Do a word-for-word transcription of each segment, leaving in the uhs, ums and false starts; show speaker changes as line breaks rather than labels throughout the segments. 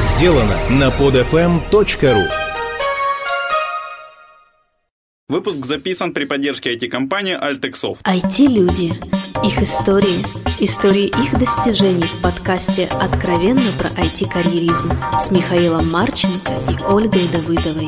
Сделано на под эф эм точка ру.
Выпуск записан при поддержке ай ти-компании Altexoft.
ай ти-люди. Их истории. Истории их достижений в подкасте «Откровенно про ай ти-карьеризм» с Михаилом Марченко и Ольгой Давыдовой.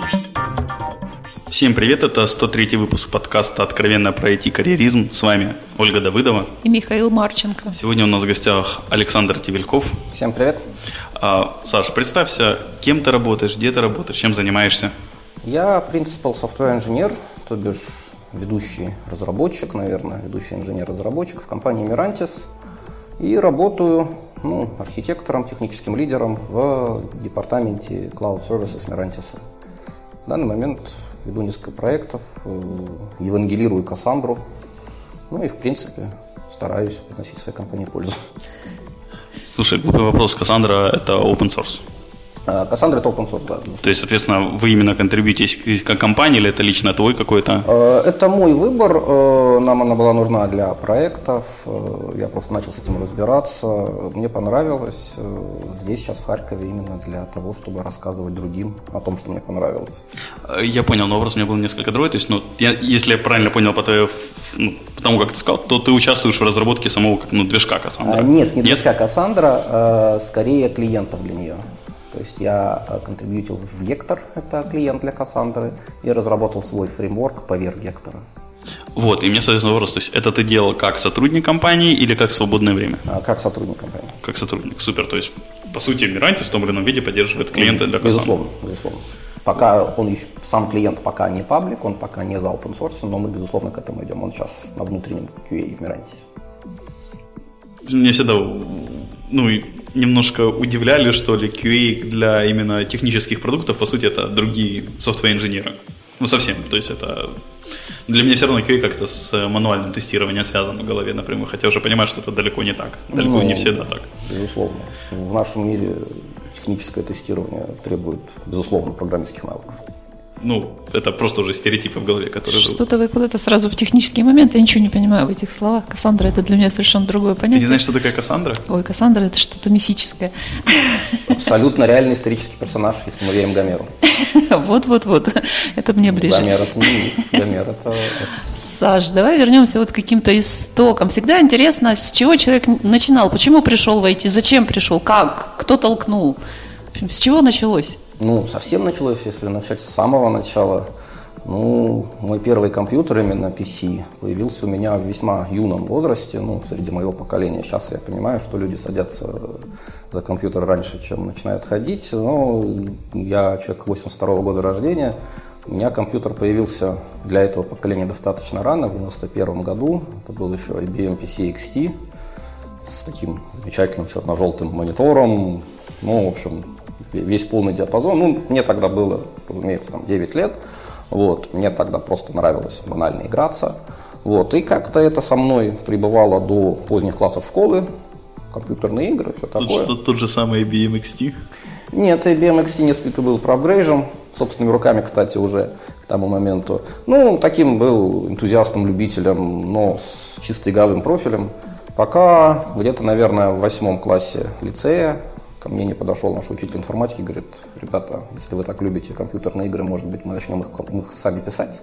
Всем привет, это сто третий выпуск подкаста «Откровенно про ай ти-карьеризм». С вами Ольга Давыдова
и Михаил Марченко.
Сегодня у нас в гостях Александр Тивельков.
Всем привет.
А, Саша, представься, кем ты работаешь, где ты работаешь, чем занимаешься?
Я принципал софтвер-инженер, то бишь ведущий разработчик, наверное, ведущий инженер-разработчик в компании Mirantis. И работаю ну, архитектором, техническим лидером в департаменте Cloud Services Mirantis. В данный момент веду несколько проектов, евангелирую Кассандру, ну и, в принципе, стараюсь приносить своей компании пользу.
Слушай, глупый вопрос. Кассандра – это open source?
Кассандра – это open source, да.
То есть, соответственно, вы именно контрибьютите как компания или это лично твой какой-то?
Это мой выбор. Нам она была нужна для проектов. Я просто начал с этим разбираться. Мне понравилось. Здесь сейчас в Харькове именно для того, чтобы рассказывать другим о том, что мне понравилось.
Я понял, но вопрос у меня был несколько другой. То есть, ну, я, если я правильно понял по, твоей, ну, по тому, как ты сказал, то ты участвуешь в разработке самого ну, движка Кассандра.
Нет, не Нет? движка Кассандра, скорее клиентов для нее. То есть я контрибьютил в Vector, это клиент для Кассандры, и разработал свой фреймворк поверх Vector.
Вот, и мне, соответственно, вопрос, то есть это ты делал как сотрудник компании или как в свободное время?
А, как сотрудник компании.
Как сотрудник, супер. То есть, по сути, Mirantis в том или ином виде поддерживает клиента для Кассандры.
Безусловно, безусловно. Пока он еще, сам клиент пока не паблик, он пока не за open source, но мы, безусловно, к этому идем. Он сейчас на внутреннем кью эй в Mirantis.
Мне всегда, ну, немножко удивляли, что ли, кью эй для именно технических продуктов, по сути, это другие софтвер-инженеры. Ну, совсем. То есть это... Для меня все равно кью эй как-то с мануальным тестированием связан в голове напрямую, хотя уже понимаю, что это далеко не так. Далеко ну, не всегда так.
Безусловно. В нашем мире техническое тестирование требует, безусловно, программистских навыков.
Ну, это просто уже стереотипы в голове, которые живут.
Что-то вы куда-то сразу в технический момент, я ничего не понимаю в этих словах. Кассандра – это для меня совершенно другое понятие.
Ты не знаешь, что такое Кассандра?
Ой, Кассандра – это что-то мифическое.
Абсолютно реальный исторический персонаж, если мы верим Гомеру.
Вот-вот-вот, это мне ближе.
Гомер – это не Гомер, это...
Саш, давай вернемся вот к каким-то истокам. Всегда интересно, с чего человек начинал, почему пришел в ай ти, зачем пришел, как, кто толкнул, в общем, с чего началось?
Ну, совсем началось, если начать с самого начала. Ну, мой первый компьютер, именно пи си, появился у меня в весьма юном возрасте, ну, среди моего поколения. Сейчас я понимаю, что люди садятся за компьютер раньше, чем начинают ходить. Но я человек восемьдесят второго года рождения. У меня компьютер появился для этого поколения достаточно рано, в девяносто первом году. Это был еще ай би эм пи си икс ти с таким замечательным черно-желтым монитором. Ну, в общем... весь полный диапазон. Ну, мне тогда было, разумеется, там девять лет. Вот. Мне тогда просто нравилось банально играться. Вот. И как-то это со мной пребывало до поздних классов школы. Компьютерные игры, все такое.
Тут, что, тот же самый ай би эм икс ти?
Нет, ай би эм икс ти несколько был проапгрейжен. Собственными руками, кстати, уже к тому моменту. Ну, таким был энтузиастом, любителем, но с чисто игровым профилем. Пока где-то, наверное, в восьмом классе лицея ко мне не подошел наш учитель информатики, говорит: ребята, если вы так любите компьютерные игры, может быть, мы начнем их, их сами писать.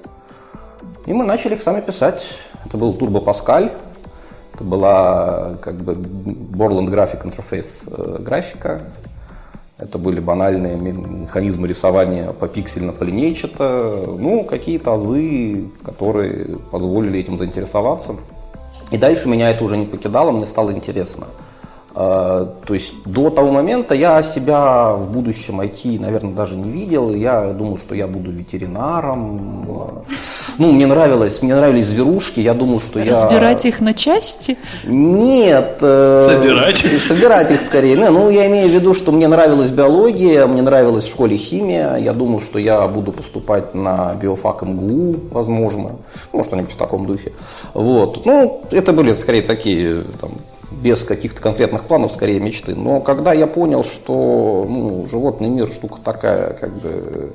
И мы начали их сами писать. Это был Turbo Pascal, это была как бы Borland Graphic Interface э, графика. Это были банальные механизмы рисования попиксельно, полинейчато, ну, какие-то азы, которые позволили этим заинтересоваться. И дальше меня это уже не покидало, мне стало интересно. Uh, то есть до того момента я себя в будущем ай ти, наверное, даже не видел. Я думал, что я буду ветеринаром. Ну, мне нравилось, мне нравились зверушки. Я думал, что я...
Разбирать их на части?
Нет. Э...
Собирать?
Собирать их скорее. Не, ну, я имею в виду, что мне нравилась биология, мне нравилась в школе химия. Я думал, что я буду поступать на биофак эм гэ у, возможно. Ну, что-нибудь в таком духе. Вот. Ну, это были скорее такие... там, без каких-то конкретных планов, скорее мечты. Но когда я понял, что ну, животный мир штука такая, как бы,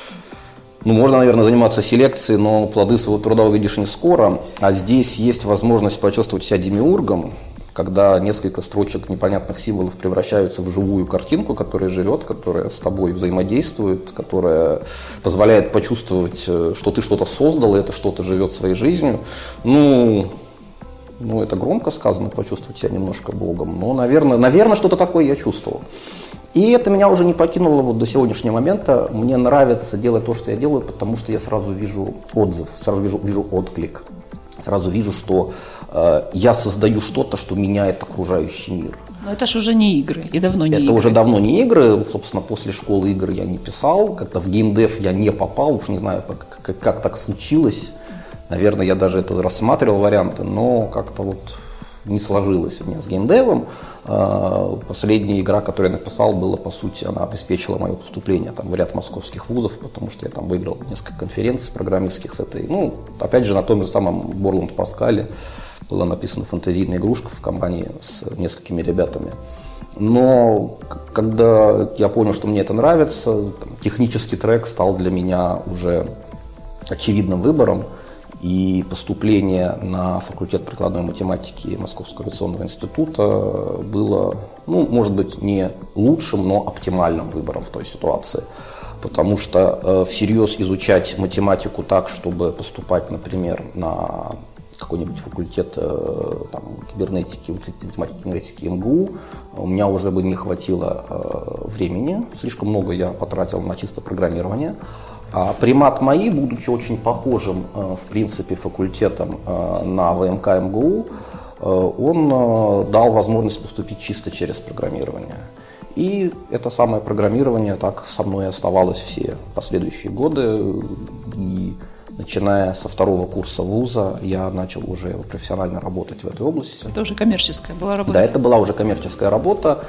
ну, можно, наверное, заниматься селекцией, но плоды своего труда увидишь не скоро, а здесь есть возможность почувствовать себя демиургом, когда несколько строчек непонятных символов превращаются в живую картинку, которая живет, которая с тобой взаимодействует, которая позволяет почувствовать, что ты что-то создал, и это что-то живет своей жизнью. Ну, ну, это громко сказано, почувствовать себя немножко Богом, но, наверное, наверное, что-то такое я чувствовал. И это меня уже не покинуло вот до сегодняшнего момента. Мне нравится делать то, что я делаю, потому что я сразу вижу отзыв, сразу вижу, вижу отклик, сразу вижу, что э, я создаю что-то, что меняет окружающий мир.
Но это же уже не игры, и давно не
это
игры.
Это уже давно не игры. Собственно, после школы игр я не писал, как-то в геймдев я не попал, уж не знаю, как, как, как так случилось. Наверное, я даже это рассматривал варианты, но как-то вот не сложилось у меня с геймдевом. Последняя игра, которую я написал, была, по сути, она обеспечила мое поступление там, в ряд московских вузов, потому что я там выиграл несколько конференций программистских с этой. Ну, опять же, на том же самом Борланд Паскале была написана фэнтезийная игрушка в компании с несколькими ребятами. Но когда я понял, что мне это нравится, там, технический трек стал для меня уже очевидным выбором. И поступление на факультет прикладной математики Московского авиационного института было, ну, может быть, не лучшим, но оптимальным выбором в той ситуации. Потому что э, всерьез изучать математику так, чтобы поступать, например, на какой-нибудь факультет э, там, кибернетики, математики, кибернетики эм гэ у, у меня уже бы не хватило э, времени. Слишком много я потратил на чисто программирование. А примат МАИ, будучи очень похожим, в принципе, факультетом на вэ эм ка эм гэ у, он дал возможность поступить чисто через программирование. И это самое программирование так со мной оставалось все последующие годы. И начиная со второго курса вуза я начал уже профессионально работать в этой области.
Это уже коммерческая была работа?
Да, это была уже коммерческая работа.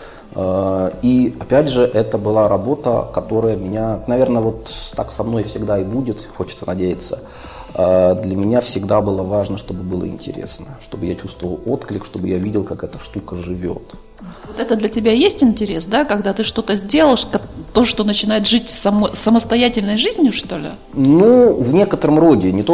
И, опять же, это была работа, которая меня, наверное, вот так со мной всегда и будет, хочется надеяться. Для меня всегда было важно, чтобы было интересно, чтобы я чувствовал отклик, чтобы я видел, как эта штука живет.
Вот это для тебя есть интерес, да, когда ты что-то сделал, то, что начинает жить само, самостоятельной жизнью, что ли?
Ну, в некотором роде. Не то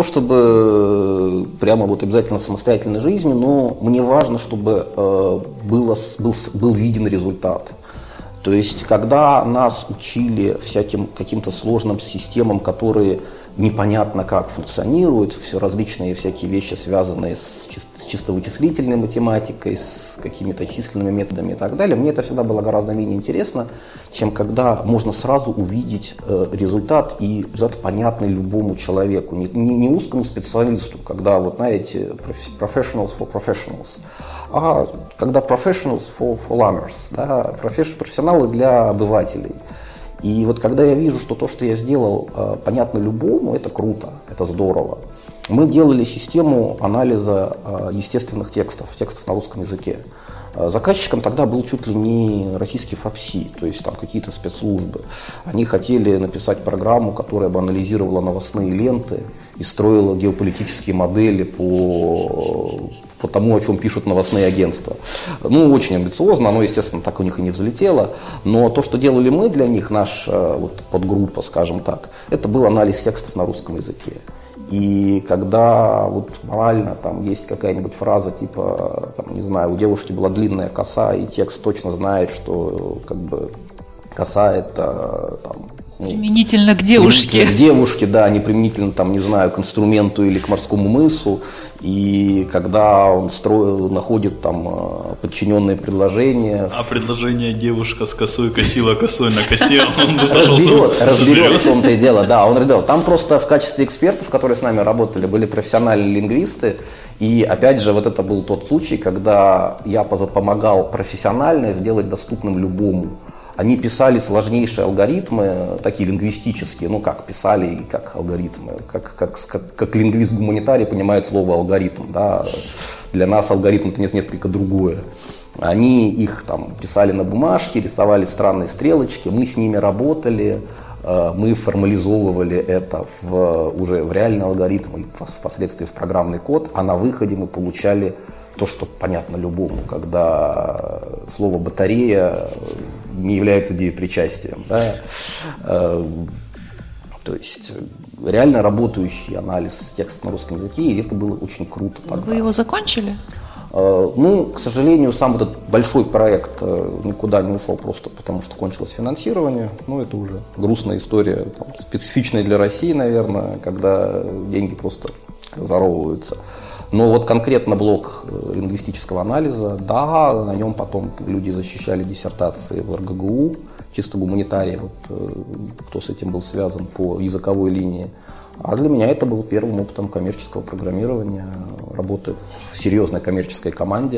чтобы прямо вот обязательно самостоятельной жизнью, но мне важно, чтобы э, было, был, был виден результат. То есть, когда нас учили всяким каким-то сложным системам, которые непонятно как функционируют, все различные всякие вещи, связанные с чисто, с чисто вычислительной математикой, с какими-то численными методами и так далее, мне это всегда было гораздо менее интересно, чем когда можно сразу увидеть э, результат, и результат понятный любому человеку, не, не, не узкому специалисту, когда, вот знаете, professionals for professionals, а когда professionals for, for learners, да, профессионалы для обывателей. И вот когда я вижу, что то, что я сделал, понятно любому, это круто, это здорово. Мы делали систему анализа естественных текстов, текстов на русском языке. Заказчиком тогда был чуть ли не российский ФАПСИ, то есть там какие-то спецслужбы. Они хотели написать программу, которая бы анализировала новостные ленты и строила геополитические модели по, по тому, о чем пишут новостные агентства. Ну, очень амбициозно, оно, естественно, так у них и не взлетело. Но то, что делали мы для них, наша вот, подгруппа, скажем так, это был анализ текстов на русском языке. И когда вот морально там есть какая-нибудь фраза типа, там, не знаю, у девушки была длинная коса, и текст точно знает, что как бы коса это там, ну,
применительно к девушке.
К девушке, да, не применительно там, не знаю, к инструменту или к морскому мысу. И когда он строил, находит там подчиненные предложения.
А предложение девушка с косой косила косой на косе, он бы сошелся.
Разберет, разберет в том-то и дело, да, он разберет. Там просто в качестве экспертов, которые с нами работали, были профессиональные лингвисты. И опять же, вот это был тот случай, когда я помогал профессионально сделать доступным любому. Они писали сложнейшие алгоритмы, такие лингвистические, ну как писали и как алгоритмы, как, как, как, как лингвист-гуманитарий понимает слово алгоритм, да. Для нас алгоритм это несколько другое. Они их там писали на бумажке, рисовали странные стрелочки, мы с ними работали, мы формализовывали это в, уже в реальный алгоритм, и впоследствии в программный код, а на выходе мы получали то, что понятно любому, когда слово «батарея» не является деепричастием. Да? То есть реально работающий анализ текста на русском языке, и это было очень круто тогда.
Вы его закончили?
Ну, к сожалению, сам вот этот большой проект никуда не ушел просто потому, что кончилось финансирование. Ну, это уже грустная история, там, специфичная для России, наверное, когда деньги просто разворовываются. Но вот конкретно блок лингвистического анализа, да, на нем потом люди защищали диссертации в эр гэ гэ у, чисто гуманитарии, вот, кто с этим был связан по языковой линии. А для меня это был первым опытом коммерческого программирования, работы в серьезной коммерческой команде,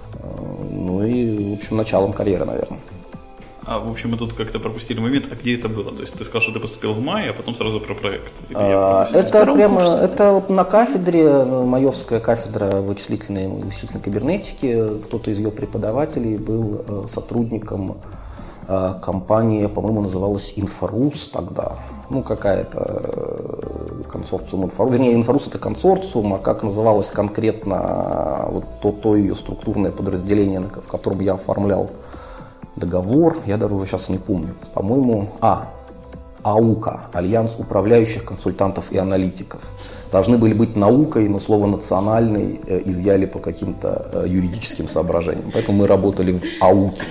ну и, в общем, началом карьеры, наверное.
А, в общем, мы тут как-то пропустили момент, а где это было? То есть ты сказал, что ты поступил в мае, а потом сразу про проект.
А, это прямо, это на кафедре, Маевская кафедра вычислительной, вычислительной кибернетики, кто-то из ее преподавателей был сотрудником компании, по-моему, называлась Инфорус тогда. Ну, какая-то консорциум Инфорус. Вернее, Инфорус это консорциум, а как называлось конкретно вот то, то ее структурное подразделение, в котором я оформлял договор, я даже уже сейчас не помню. По-моему, а, АУКа, Альянс управляющих консультантов и аналитиков. Должны были быть наукой, но слово «национальный» изъяли по каким-то юридическим соображениям. Поэтому мы работали в АУКе.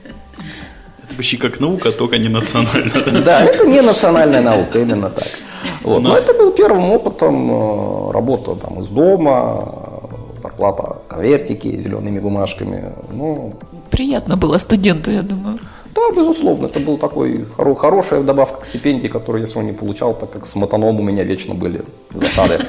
Это почти как наука, только не национальная.
Да, это не национальная наука, именно так. Вот. Но это был первым опытом, работа там из дома, зарплата в конвертике, зелеными бумажками. Ну,
приятно было студенту, я думаю.
Да, безусловно, это была такой хоро- хорошая добавка к стипендии, которую я сегодня не получал, так как с матаном у меня вечно были засады.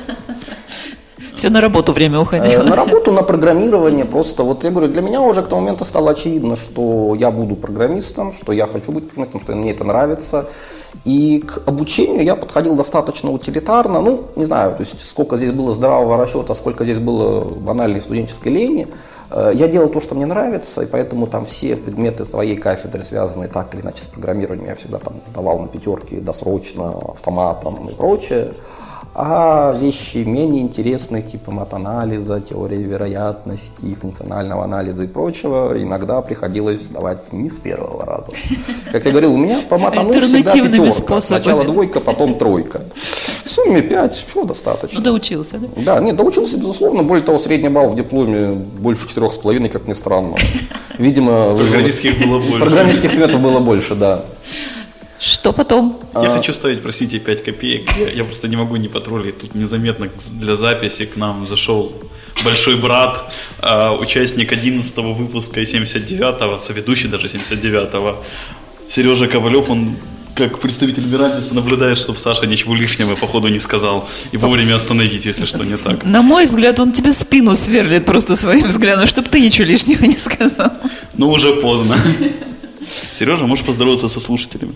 Все на работу время уходило.
На работу, на программирование просто. Вот я говорю, для меня уже к тому моменту стало очевидно, что я буду программистом, что я хочу быть программистом, что мне это нравится. И к обучению я подходил достаточно утилитарно. Ну, не знаю, то есть сколько здесь было здравого расчета, сколько здесь было банальной студенческой лени. Я делал то, что мне нравится, и поэтому там все предметы своей кафедры, связанные так или иначе с программированием, я всегда там сдавал на пятерки досрочно, автоматом и прочее. А вещи менее интересные, типа мат-анализа, теории вероятности, функционального анализа и прочего, иногда приходилось сдавать не с первого раза. Как я говорил, у меня по мат-анализу всегда пятерка. Сначала двойка, потом тройка. В сумме пять, чего достаточно.
Ну, доучился, да?
Да, нет, доучился, безусловно. Более того, средний балл в дипломе больше четырех с половиной, как ни странно. Видимо,
программистских было больше.
Программистских предметов было больше, да.
Что потом?
Я а... хочу ставить, простите, пять копеек. Я, я просто не могу не потроллить. Тут незаметно для записи к нам зашел большой брат, э, участник одиннадцатого выпуска и семьдесят девятого, соведущий даже семьдесят девятого. Сережа Ковалев, он как представитель Мирандиса наблюдает, чтобы Саша ничего лишнего походу не сказал. И вовремя остановить, если что не так.
На мой взгляд, он тебе спину сверлит просто своим взглядом, чтобы ты ничего лишнего не сказал.
Ну, уже поздно. Сережа, можешь поздороваться со слушателями?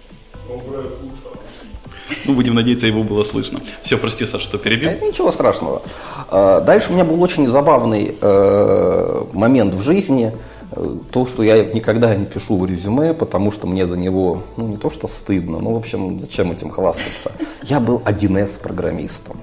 Ну, будем надеяться, его было слышно. Все, прости, Саша, что перебил.
Да, ничего страшного. Дальше у меня был очень забавный момент в жизни. То, что я никогда не пишу в резюме, потому что мне за него, ну, не то что стыдно, ну, в общем, зачем этим хвастаться. Я был один эс программистом.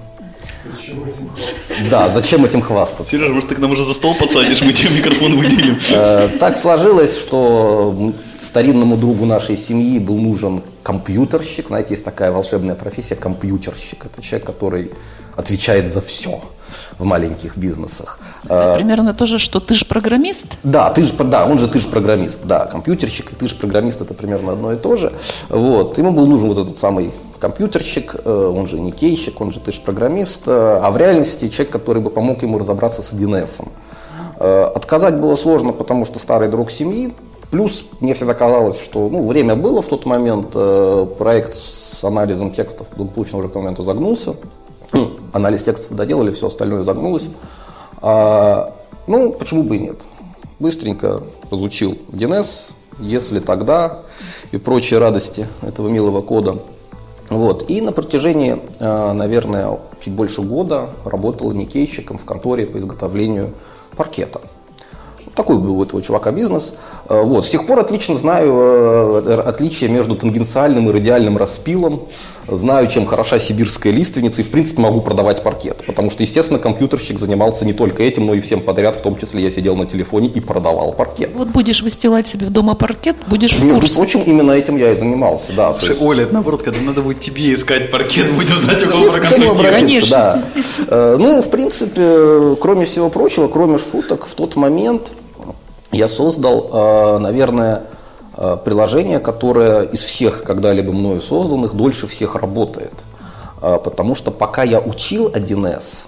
Да, зачем этим хвастаться?
Сережа, может, ты к нам уже за стол подсадишь, мы тебе микрофон выделим.
Так сложилось, что старинному другу нашей семьи был нужен компьютерщик. Знаете, есть такая волшебная профессия – компьютерщик. Это человек, который отвечает за все в маленьких бизнесах.
Примерно то же, что ты же программист?
Да, ты же, да, он же ты же программист. Да, компьютерщик и ты же программист – это примерно одно и то же. Вот. Ему был нужен вот этот самый компьютерщик, он же никейщик, он же ты же программист, а в реальности человек, который бы помог ему разобраться с один эс. Отказать было сложно, потому что старый друг семьи. Плюс мне всегда казалось, что ну, время было в тот момент, проект с анализом текстов благополучно уже к тому моменту загнулся. Анализ текстов доделали, все остальное загнулось. А, ну, почему бы и нет? Быстренько изучил один эс, если тогда и прочие радости этого милого кода. Вот. И на протяжении, наверное, чуть больше года работал никейщиком в конторе по изготовлению паркета. Такой был у этого чувака бизнес. Вот. С тех пор отлично знаю отличие между тангенциальным и радиальным распилом. знаю, чем хороша сибирская лиственница, и, в принципе, могу продавать паркет. Потому что, естественно, компьютерщик занимался не только этим, но и всем подряд, в том числе я сидел на телефоне и продавал паркет.
Вот будешь выстилать себе в дома паркет, будешь в
Между
курсе.
прочим, именно этим я и занимался, да.
Слушай,
есть...
Оля, это наоборот, когда надо будет тебе искать паркет, будем знать, у
Ну,
кого
есть к кому
проконсультировать.
обратиться, да. Э, Ну, в принципе, кроме всего прочего, кроме шуток, в тот момент я создал, э, наверное, э, приложение, которое из всех когда-либо мною созданных дольше всех работает. Э, Потому что пока я учил один эс,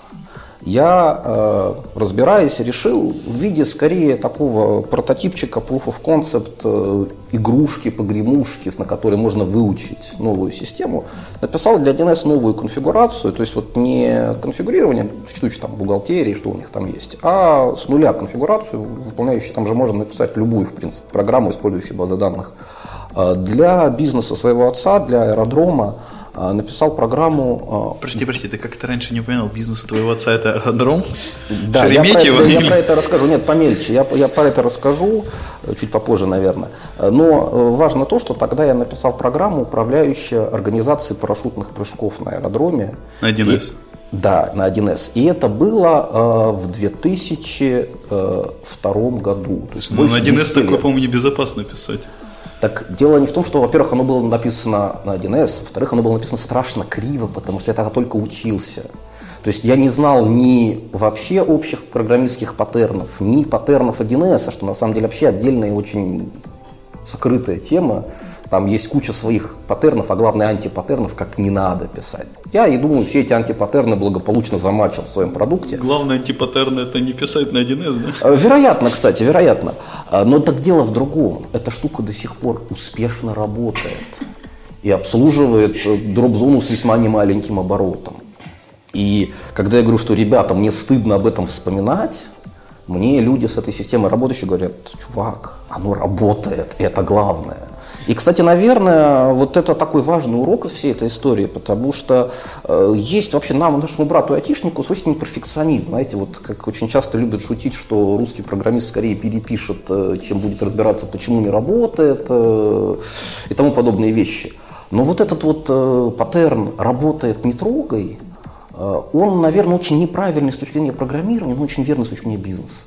я, э, разбираясь, решил в виде скорее такого прототипчика proof of concept, э, игрушки, погремушки, на которой можно выучить новую систему, написал для один эс новую конфигурацию, то есть вот не конфигурирование существующей там бухгалтерии, что у них там есть, а с нуля конфигурацию, выполняющую, там же можно написать любую, в принципе, программу, использующую базы данных. Э, Для бизнеса своего отца, для аэродрома, написал программу.
Прости, прости, ты как-то раньше не упомянул, бизнес у твоего отца это аэродром?
Да, я про,
Шереметьево?
это, я про это расскажу. Нет, помельче. Я, я про это расскажу чуть попозже, наверное. Но важно то, что тогда я написал программу, управляющую организацией парашютных прыжков на аэродроме.
На один эс?
И, да, на один эс. И это было э, в две тысячи втором году. То есть
Ну, на один эс
десяти
такое,
лет.
по-моему, небезопасно писать.
Так дело не в том, что, во-первых, оно было написано на один эс, во-вторых, оно было написано страшно криво, потому что я тогда только учился. То есть я не знал ни вообще общих программистских паттернов, ни паттернов один эс, что на самом деле вообще отдельная очень закрытая тема. Там есть куча своих паттернов, а главное антипаттернов, как не надо писать. Я и думаю, все эти антипаттерны благополучно замачил в своем продукте.
Главное антипаттерн это не писать на один эс, да?
Вероятно, кстати, вероятно. Но так дело в другом. Эта штука до сих пор успешно работает и обслуживает дроп-зону с весьма немаленьким оборотом. И когда я говорю, что, ребята, мне стыдно об этом вспоминать, мне люди с этой системой работающие говорят: чувак, оно работает, и это главное. И, кстати, наверное, вот это такой важный урок из всей этой истории, потому что э, есть вообще нам, нашему брату-айтишнику, свойственный перфекционизм. Знаете, вот как очень часто любят шутить, что русский программист скорее перепишет, э, чем будет разбираться, почему не работает, э, и тому подобные вещи. Но вот этот вот э, паттерн «работает, не трогай», э, он, наверное, очень неправильный с точки зрения программирования, но очень верный с точки зрения бизнеса.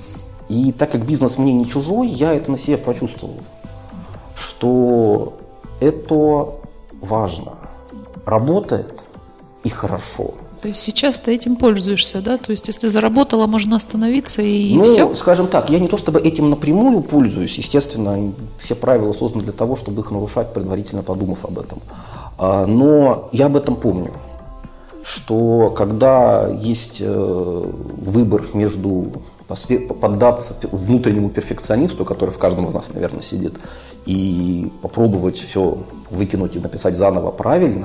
И так как бизнес мне не чужой, я это на себе прочувствовал, что это важно, работает и хорошо.
То есть сейчас ты этим пользуешься, да? То есть если заработала, можно остановиться и
ну,
все?
скажем так, я не то чтобы этим напрямую пользуюсь, естественно, все правила созданы для того, чтобы их нарушать, предварительно подумав об этом. Но я об этом помню, что когда есть выбор между поддаться внутреннему перфекционисту, который в каждом из нас, наверное, сидит, и попробовать все выкинуть и написать заново правильно,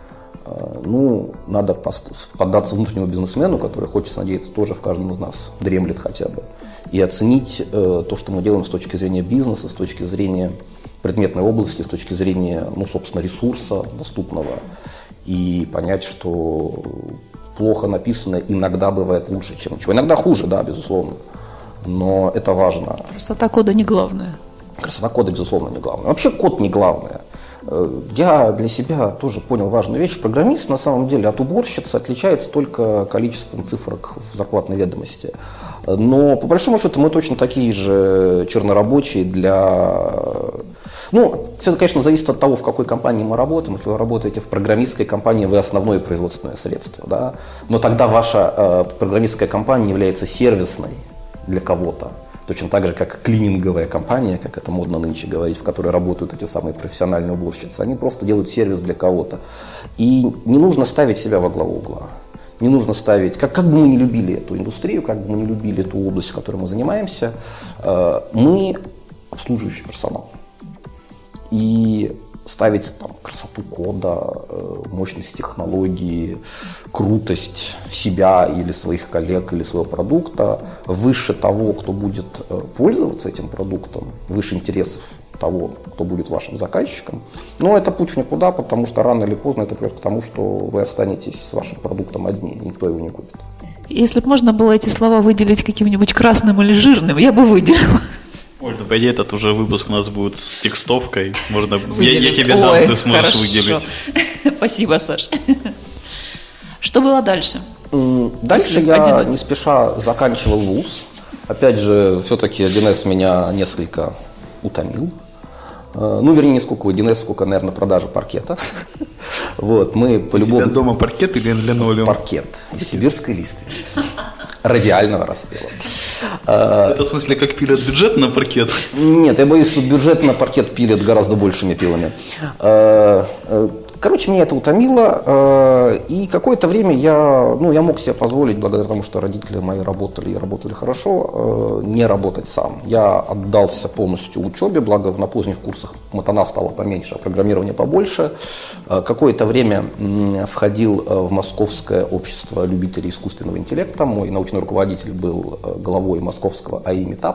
ну, надо поддаться внутреннему бизнесмену, который, хочется надеяться, тоже в каждом из нас дремлет хотя бы, и оценить э, то, что мы делаем с точки зрения бизнеса, с точки зрения предметной области, с точки зрения, ну, собственно, ресурса доступного, и понять, что плохо написано иногда бывает лучше, чем ничего. Иногда хуже, да, безусловно, но это важно.
Красота кода не главное.
Красота кода, безусловно, не главное. Вообще код не главное. Я для себя тоже понял важную вещь. Программист на самом деле от уборщицы отличается только количеством цифрок в зарплатной ведомости. Но по большому счету мы точно такие же чернорабочие для... Ну, все, конечно, зависит от того, в какой компании мы работаем. Если вы работаете в программистской компании, вы основное производственное средство, да? Но тогда ваша э, программистская компания является сервисной для кого-то. Точно так же, как клининговая компания, как это модно нынче говорить, в которой работают эти самые профессиональные уборщицы. Они просто делают сервис для кого-то. И не нужно ставить себя во главу угла. Не нужно ставить, как, как бы мы ни любили эту индустрию, как бы мы ни любили эту область, которой мы занимаемся, э, мы обслуживающий персонал. И ставить там красоту кода, мощность технологии, крутость себя или своих коллег, или своего продукта выше того, кто будет пользоваться этим продуктом, выше интересов того, кто будет вашим заказчиком. Но это путь в никуда, потому что рано или поздно это приведет к тому, что вы останетесь с вашим продуктом одни, никто его не купит.
Если бы можно было эти слова выделить каким-нибудь красным или жирным, я бы выделила.
Оль, ну, по идее, этот уже выпуск у нас будет с текстовкой. Можно, я, я тебе дам,
Ой,
ты сможешь
хорошо.
выделить.
Спасибо, Саш. Что было дальше?
Дальше я не спеша заканчивал вуз. Опять же, все-таки один эс меня несколько утомил. Ну, вернее, не сколько один эс, сколько, наверное, продажа паркета. Вот, мы по-любому...
У тебя дома паркет или линолеум?
Паркет из сибирской лиственницы. Радиального распила.
Это в смысле, как пилят бюджет на паркет?
Нет, я боюсь, что бюджет на паркет пилят гораздо большими пилами. Короче, меня это утомило, и какое-то время я, ну, я мог себе позволить, благодаря тому, что родители мои работали и работали хорошо, не работать сам. Я отдался полностью учебе, благо на поздних курсах матана стало поменьше, а программирования побольше. Какое-то время входил в Московское общество любителей искусственного интеллекта. Мой научный руководитель был главой московского эй ай Meetup.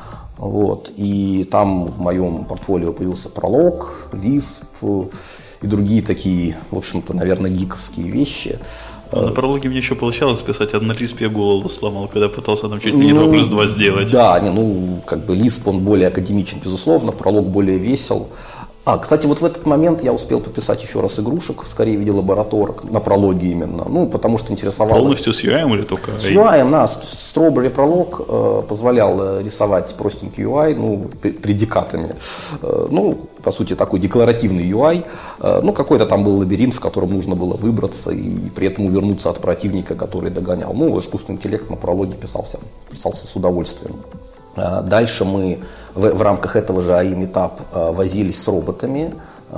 Вот, и там в моем портфолио появился пролог, лисп и другие такие, в общем-то, наверное, гиковские вещи.
На прологе мне еще получалось писать, а на лиспе я голову сломал, когда пытался там чуть ли не два плюс два сделать.
Да, не, ну, как бы лисп, он более академичен, безусловно, пролог более весел. А, кстати, вот в этот момент я успел пописать еще раз игрушек, скорее в виде лабораторок, на прологе именно, ну, потому что интересовало...
Полностью с ю ай или только?
С ю ай, да, Strawberry пролог э, позволял рисовать простенький ю ай, ну, предикатами, э, ну, по сути, такой декларативный ю ай, э, ну, какой-то там был лабиринт, в котором нужно было выбраться и при этом увернуться от противника, который догонял. Ну, искусственный интеллект на прологе писался, писался с удовольствием. Дальше мы в, в рамках этого же эй ай Meetup возились с роботами.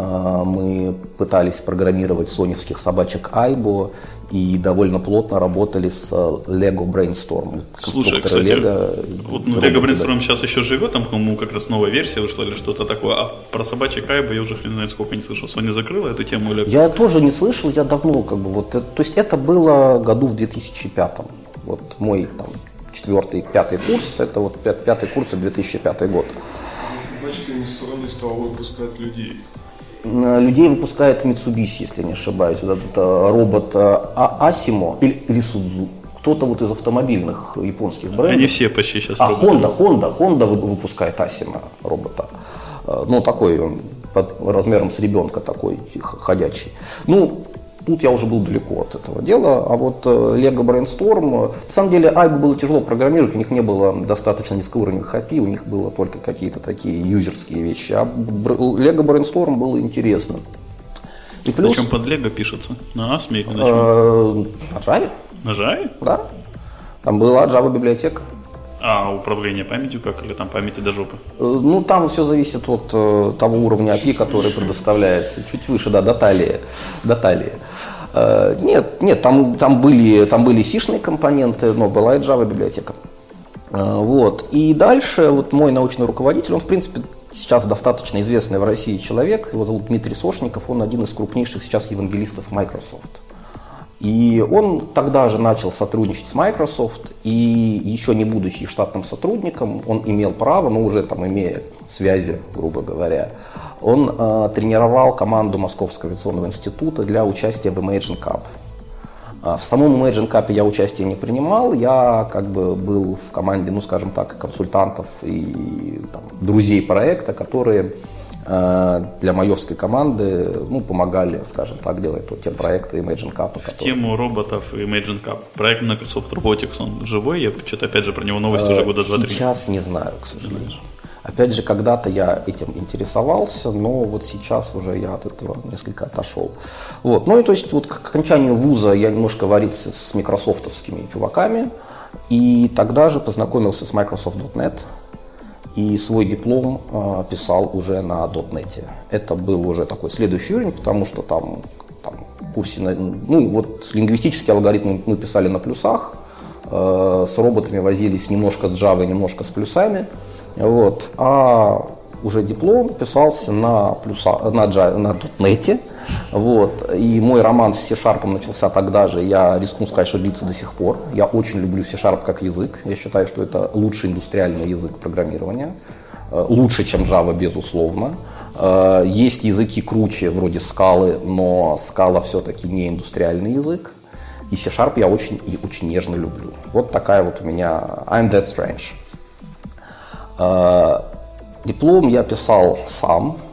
Мы пытались программировать соневских собачек Айбо и довольно плотно работали с Lego Brainstorm.
Слушай, кстати, Lego, вот, ну, Lego Brainstorm да. Сейчас еще живет, там, по-моему, как раз новая версия вышла или что-то такое, а про собачек Айбо я уже не знаю, сколько не слышал. Sony закрыла эту тему? Или...
Я тоже не слышал, я давно как бы вот, то есть это было году в две тысячи пятом, вот мой там четвертый, пятый курс, это вот пятый курс, две тысячи пятый год.
Собачки Sony стал выпускать людей.
Людей выпускает Mitsubishi, если не ошибаюсь. Вот этот робот Asimo или, или Suzuki. Кто-то вот из автомобильных японских брендов.
Они все почти сейчас
А,
роботы.
Honda, Honda, Honda выпускает Asimo робота. Ну, такой он, под размером с ребенка такой, ходячий. Ну, тут я уже был далеко от этого дела, а вот Lego Brainstorm, на самом деле Айбо было тяжело программировать, у них не было достаточно низкоуровневых эй пи ай, у них было только какие-то такие юзерские вещи, а Lego Brainstorm было интересно. И плюс...
Причем под Lego пишется? На Asmo или на чем?
На Java.
На Java?
Да. Там была Java библиотека.
А управление памятью как? Или там памяти до жопы?
Ну, там все зависит от э, того уровня эй пи ай, который предоставляется. Чуть выше, да, до талии. До талии. Э, нет, нет, там, там были, там были сишные компоненты, но была и Java библиотека. Э, вот. И дальше вот мой научный руководитель, он, в принципе, сейчас достаточно известный в России человек, его зовут Дмитрий Сошников, он один из крупнейших сейчас евангелистов Microsoft. И он тогда же начал сотрудничать с Microsoft, и еще не будучи штатным сотрудником, он имел право, но уже там имея связи, грубо говоря, он э, тренировал команду Московского авиационного института для участия в Imagine Cup. А в самом Imagine Cup я участие не принимал, я как бы был в команде, ну скажем так, консультантов и там, друзей проекта, которые для майорской команды ну, помогали, скажем так, делать вот те проекты Imagine Cup. Которые...
Тему роботов и Imagine Cup. Проект Microsoft Robotics, он живой? Я что-то опять же про него новости уже года два-три.
Сейчас не знаю, к сожалению. Опять же, когда-то я этим интересовался, но вот сейчас уже я от этого несколько отошел. Вот. Ну и то есть вот к окончанию вуза я немножко варился с микрософтовскими чуваками, и тогда же познакомился с Microsoft точка нет. И свой диплом э, писал уже на .дот нет. Это был уже такой следующий уровень, потому что там, там в курсе, ну вот лингвистический алгоритм мы писали на плюсах, э, с роботами возились немножко с Java, немножко с плюсами, вот, а уже диплом писался на, плюса, на, Java, на .дот нет. Вот. И мой роман с C-Sharp начался тогда же, я рискну сказать, что длится до сих пор. Я очень люблю C-Sharp как язык, я считаю, что это лучший индустриальный язык программирования, лучше, чем Java, безусловно. Есть языки круче, вроде Scala, но Scala все-таки не индустриальный язык. И C-Sharp я очень и очень нежно люблю. Вот такая вот у меня I'm that strange. Диплом я писал сам.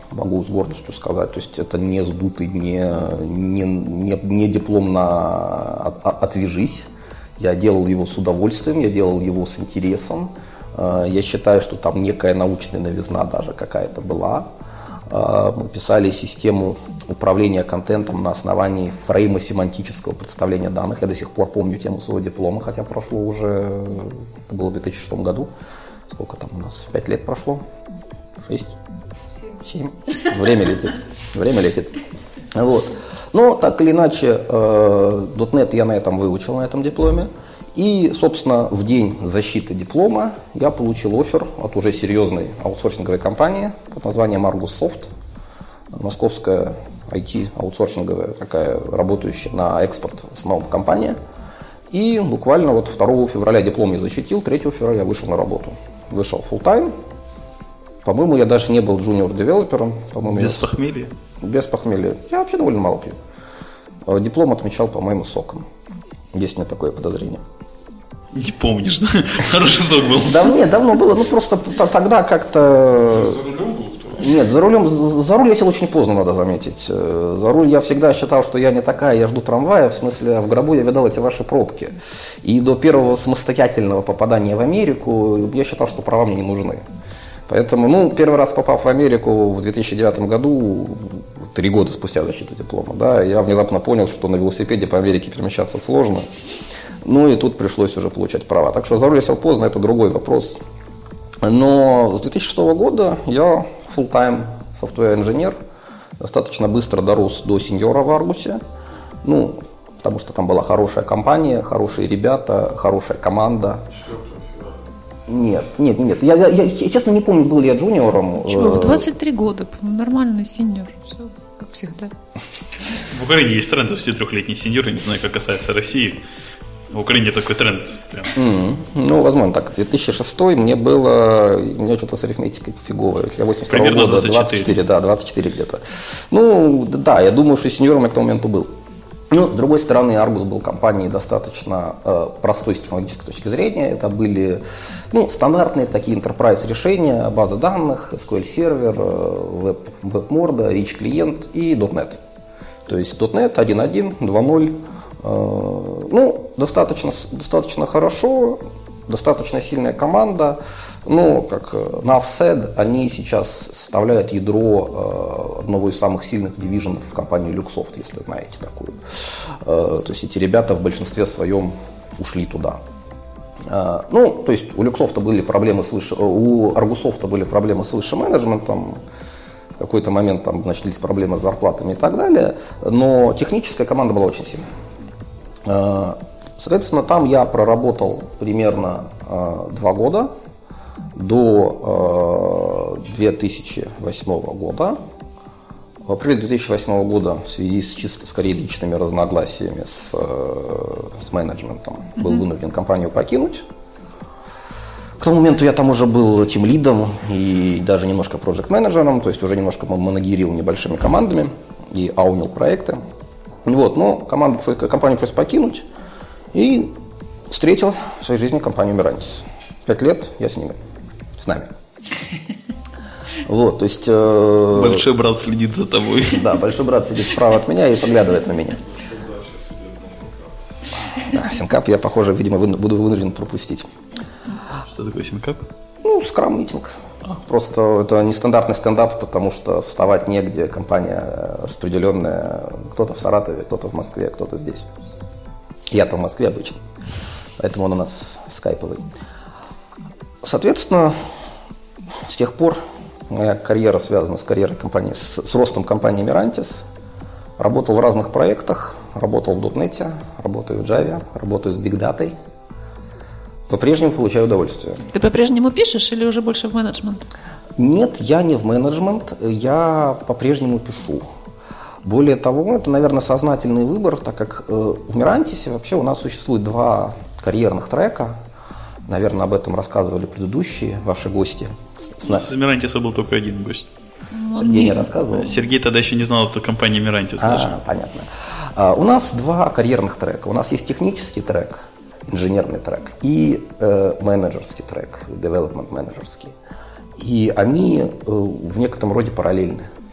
могу с гордостью сказать. То есть это не сдутый, не, не, не, не диплом на «отвяжись». Я делал его с удовольствием, я делал его с интересом. Я считаю, что там некая научная новизна даже какая-то была. Мы писали систему управления контентом на основании фрейма семантического представления данных. Я до сих пор помню тему своего диплома, хотя прошло уже, это было в две тысячи шестом году. Сколько там у нас? Пять лет прошло? Шесть? Семь. Время летит. Время летит. Вот. Но так или иначе, .дот нет я на этом выучил, на этом дипломе. И, собственно, в день защиты диплома я получил оффер от уже серьезной аутсорсинговой компании под названием Argus Soft. Московская ай ти-аутсорсинговая, такая работающая на экспорт в основном компания. И буквально вот второго февраля диплом я защитил, третьего февраля я вышел на работу. Вышел full-time. По-моему, я даже не был junior-девелопером.
Без я... похмелья?
Без похмелья. Я вообще довольно мало пью. Диплом отмечал, по-моему, соком. Есть у меня такое подозрение.
Не помнишь, да? Хороший сок был.
Да нет, давно было. Ну просто тогда как-то...
За рулем был?
Нет, за рулем, за руль я сел очень поздно, надо заметить. За руль я всегда считал, что я не такая, я жду трамвая, в смысле, в гробу я видал эти ваши пробки. И до первого самостоятельного попадания в Америку я считал, что права мне не нужны. Поэтому, ну, первый раз попав в Америку в две тысячи девятом году, три года спустя защиту диплома, да, я внезапно понял, что на велосипеде по Америке перемещаться сложно. Ну и тут пришлось уже получать права. Так что за руль я сел поздно, это другой вопрос. Но с две тысячи шестого года я full-time software-инженер, достаточно быстро дорос до сеньора в Аргусе. Ну, потому что там была хорошая компания, хорошие ребята, хорошая команда. Нет, нет, нет. Я, я, я честно не помню, был ли я джуниором.
Чего, в двадцать три года, нормальный сеньор, все как всегда.
В Украине есть тренд, все трехлетние сеньоры, не знаю, как касается России. В Украине такой тренд. Прям.
Mm, ну, возможно, так. две тысячи шестой мне было, у меня что-то с арифметикой фиговое. Я восемьдесят второго года,
двадцать четыре.
двадцать четыре, да, двадцать четыре где-то. Ну, да, я думаю, что сеньором я к тому моменту был. Ну, с другой стороны, Argus был компанией достаточно э, простой с технологической точки зрения. Это были ну, стандартные такие enterprise решения, базы данных, эс ку эль-сервер, э, веб-морда, рич-клиент и .дот нет. То есть .дот нет один точка один, два точка ноль. Э, ну, достаточно, достаточно хорошо, достаточно сильная команда. Ну, как Nav said, они сейчас составляют ядро э, одного из самых сильных дивизионов в компании Luxoft, если знаете такую. Э, то есть эти ребята в большинстве своем ушли туда. Э, ну, то есть у Luxoft были проблемы с выше, у Argusoft были проблемы с высшим менеджментом. В какой-то момент там начались проблемы с зарплатами и так далее. Но техническая команда была очень сильная. Э, соответственно, там я проработал примерно э, два года. До э, две тысячи восьмого года. В апреле две тысячи восьмого года в связи с чисто скорее личными разногласиями с, э, с менеджментом mm-hmm. был вынужден компанию покинуть. К тому моменту я там уже был тимлидом и даже немножко проект-менеджером, то есть уже немножко манагерил небольшими командами и аунил проекты. Вот, но команду, компанию пришлось покинуть и встретил в своей жизни компанию Mirantis. Пять лет я с ними, с нами. Вот, то есть... Э,
большой брат следит за тобой.
Да, большой брат сидит справа от меня и поглядывает на меня. Да, синкап я, похоже, видимо, буду вынужден пропустить.
Что такое синкап?
Ну, скрам-митинг. А. Просто это нестандартный стендап, потому что вставать негде, компания распределенная. Кто-то в Саратове, кто-то в Москве, кто-то здесь. Я-то в Москве обычно, поэтому он у нас скайповый. Соответственно, с тех пор моя карьера связана с карьерой компании, с, с ростом компании Mirantis. Работал в разных проектах, работал в .дот нет, работаю в Java, работаю с Big Data. По-прежнему получаю удовольствие.
Ты по-прежнему пишешь или уже больше в менеджмент?
Нет, я не в менеджмент, я по-прежнему пишу. Более того, это, наверное, сознательный выбор, так как э, в Mirantis вообще у нас существует два карьерных трека. Наверное, об этом рассказывали предыдущие ваши гости.
С, с Mirantis был только один гость.
Я не рассказывал.
Сергей тогда еще не знал, что компания Mirantis
а,
даже.
Понятно. А, у нас два карьерных трека. У нас есть технический трек, инженерный трек, и э, менеджерский трек, development менеджерский. И они э, в некотором роде параллельны.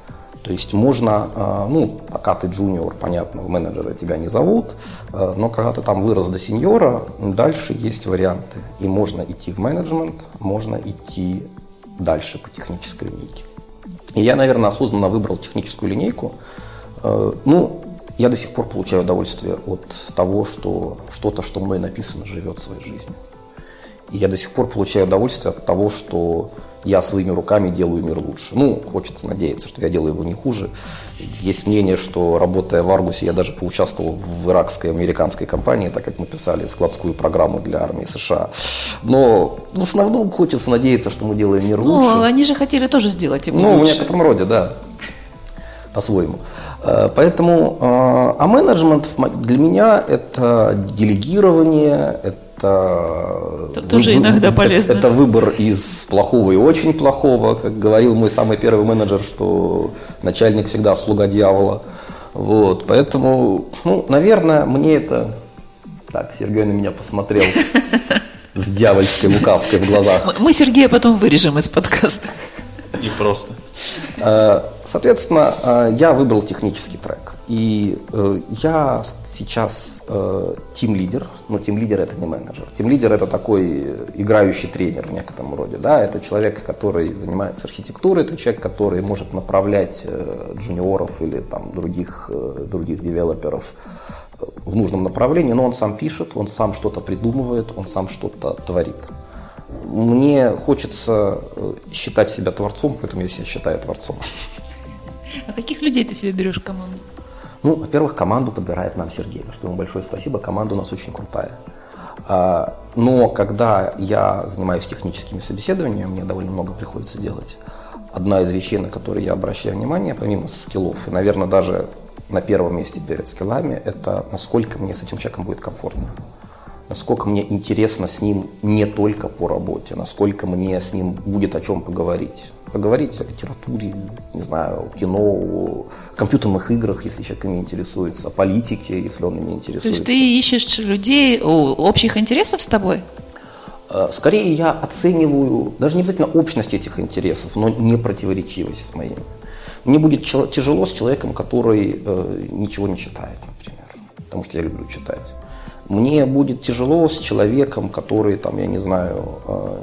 То есть можно, ну, пока ты джуниор, понятно, в менеджера тебя не зовут, но когда ты там вырос до сеньора, дальше есть варианты. И можно идти в менеджмент, можно идти дальше по технической линейке. И я, наверное, осознанно выбрал техническую линейку. Ну, я до сих пор получаю удовольствие от того, что что-то, что мной написано, живет своей жизнью. И я до сих пор получаю удовольствие от того, что я своими руками делаю мир лучше. Ну, хочется надеяться, что я делаю его не хуже. Есть мнение, что, работая в Аргусе, я даже поучаствовал в иракской американской компании, так как мы писали складскую программу для армии США. Но в основном хочется надеяться, что мы делаем мир лучше.
Ну, они же хотели тоже сделать его
ну,
лучше.
Ну, в некотором роде, да. По-своему. Поэтому, а менеджмент для меня это делегирование, это
Это тоже вы, иногда полезно.
Это, это выбор из плохого и очень плохого. Как говорил мой самый первый менеджер, что начальник всегда слуга дьявола. Вот, поэтому, ну, наверное, мне это... Так, Сергей на меня посмотрел с дьявольской лукавкой в глазах.
Мы Сергея потом вырежем из подкаста.
И просто.
Соответственно, я выбрал технический трек. И я сейчас тим-лидер, но тим-лидер это не менеджер. Тим-лидер это такой играющий тренер в некотором роде. Да? Это человек, который занимается архитектурой, это человек, который может направлять джуниоров или там, других, других девелоперов в нужном направлении, но он сам пишет, он сам что-то придумывает, он сам что-то творит. Мне хочется считать себя творцом, поэтому я себя считаю творцом.
А каких людей ты себе берешь в команду?
Ну, во-первых, команду подбирает нам Сергей, за что ему большое спасибо. Команда у нас очень крутая. Но когда я занимаюсь техническими собеседованиями, мне довольно много приходится делать. Одна из вещей, на которые я обращаю внимание, помимо скиллов, и, наверное, даже на первом месте перед скиллами, это насколько мне с этим человеком будет комфортно. Насколько мне интересно с ним не только по работе, насколько мне с ним будет о чем поговорить. Поговорить о литературе, не знаю, о кино, о компьютерных играх, если человек ими интересуется, о политике, если он ими интересуется.
То есть ты ищешь людей общих интересов с тобой?
Скорее я оцениваю, даже не обязательно общность этих интересов, но не противоречивость с моими. Мне будет тяжело с человеком, который э, ничего не читает, например, потому что я люблю читать. Мне будет тяжело с человеком, который, там, я не знаю, э,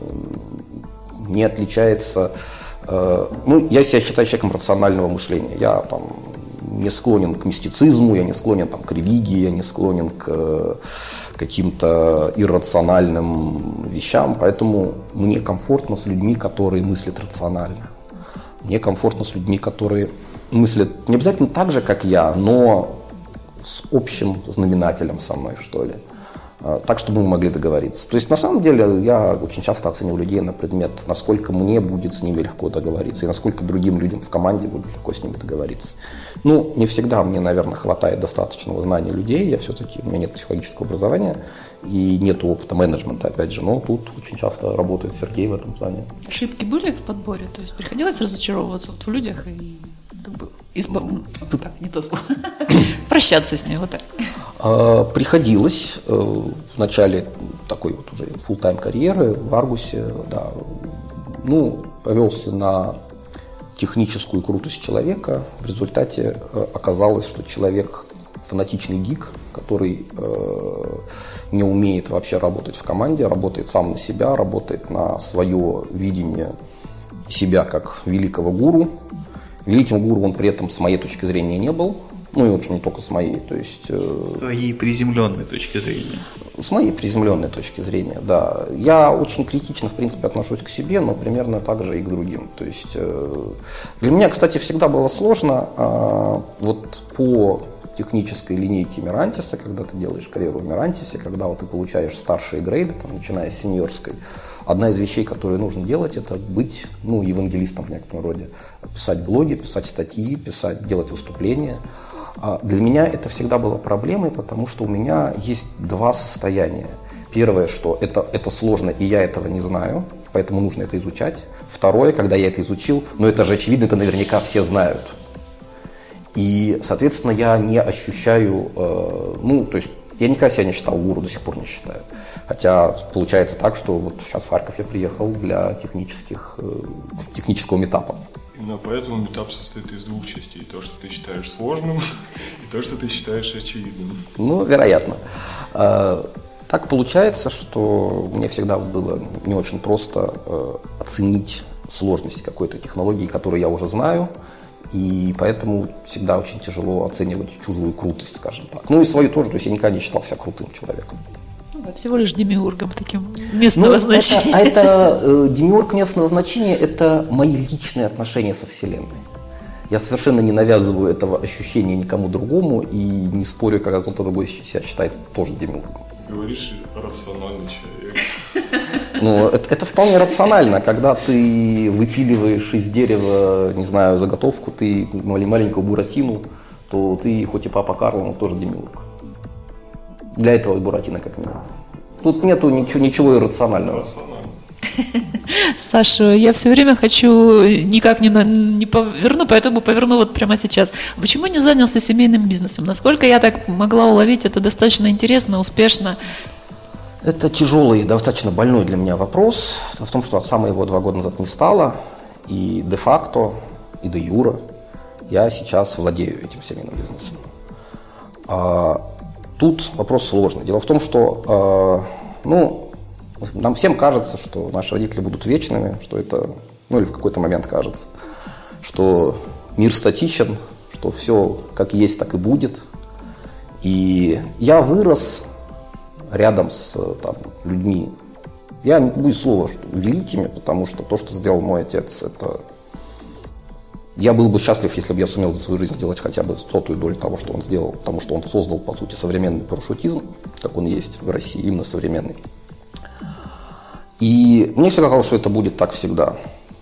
не отличается... Э, ну, я себя считаю человеком рационального мышления. Я там, не склонен к мистицизму, я не склонен там, к религии, я не склонен к э, каким-то иррациональным вещам. Поэтому мне комфортно с людьми, которые мыслят рационально. Мне комфортно с людьми, которые мыслят не обязательно так же, как я, но с общим знаменателем со мной, что ли. Так, чтобы мы могли договориться. То есть, на самом деле, я очень часто оцениваю людей на предмет, насколько мне будет с ними легко договориться, и насколько другим людям в команде будет легко с ними договориться. Ну, не всегда мне, наверное, хватает достаточного знания людей, я все-таки, у меня нет психологического образования, и нет опыта менеджмента, опять же, но тут очень часто работает Сергей в этом плане.
Ошибки были в подборе? То есть, приходилось разочаровываться вот в людях и... Как бы избав... ну, так, не то слово. Прощаться с ней, вот так.
Приходилось в начале такой вот уже фулл-тайм карьеры в Аргусе, да, ну, повелся на техническую крутость человека. В результате оказалось, что человек фанатичный гик, который не умеет вообще работать в команде, работает сам на себя, работает на свое видение себя как великого гуру. Великим гуру он при этом, с моей точки зрения, не был. Ну и очень не только с моей. То есть,
с твоей приземленной точки зрения.
С моей приземленной точки зрения, да. Я очень критично, в принципе, отношусь к себе, но примерно так же и к другим. То есть, для меня, кстати, всегда было сложно вот по технической линейке Мирантиса, когда ты делаешь карьеру в Мирантисе, когда вот ты получаешь старшие грейды, там, начиная с сеньорской, одна из вещей, которые нужно делать, это быть, ну, евангелистом в некотором роде. Писать блоги, писать статьи, писать, делать выступления. А для меня это всегда было проблемой, потому что у меня есть два состояния. Первое, что это, это сложно, и я этого не знаю, поэтому нужно это изучать. Второе, когда я это изучил, ну это же очевидно, это наверняка все знают. И, соответственно, я не ощущаю, э, ну, то есть, я никогда себя не считал гуру, до сих пор не считаю. Хотя получается так, что вот сейчас в Харьков я приехал для технических, э, технического митапа.
Именно поэтому метап состоит из двух частей. То, что ты считаешь сложным, и то, что ты считаешь очевидным.
Ну, вероятно. Так получается, что мне всегда было не очень просто оценить сложность какой-то технологии, которую я уже знаю, и поэтому всегда очень тяжело оценивать чужую крутость, скажем так. Ну и свою тоже, то есть я никогда не считал себя крутым человеком.
Всего лишь демиургом таким местного
ну,
значения.
Это, а это э, демиург местного значения – это мои личные отношения со Вселенной. Я совершенно не навязываю этого ощущения никому другому и не спорю, когда кто-то другой себя считает тоже демиургом.
Говоришь, рациональный человек.
Ну, это, это вполне рационально, когда ты выпиливаешь из дерева, не знаю, заготовку, ты маленькую буратину, то ты, хоть и папа Карло, но тоже демиург. Для этого буратино как минимум. Тут нету ничего, ничего иррационального.
Саша, я все время хочу никак не, на, не поверну, поэтому поверну вот прямо сейчас. Почему не занялся семейным бизнесом? Насколько я так могла уловить, это достаточно интересно, успешно.
Это тяжелый, достаточно больной для меня вопрос. Дело в том, что отца моего два года назад не стало, и де-факто, и де-юре я сейчас владею этим семейным бизнесом. А, тут вопрос сложный. Дело в том, что а, ну, нам всем кажется, что наши родители будут вечными, что это, ну или в какой-то момент кажется, что мир статичен, что все как есть, так и будет. И я вырос рядом с там, людьми, я не буду слова, что великими, потому что то, что сделал мой отец, это... Я был бы счастлив, если бы я сумел за свою жизнь сделать хотя бы сотую долю того, что он сделал, потому что он создал, по сути, современный парашютизм, как он есть в России, именно современный. И мне всегда казалось, что это будет так всегда.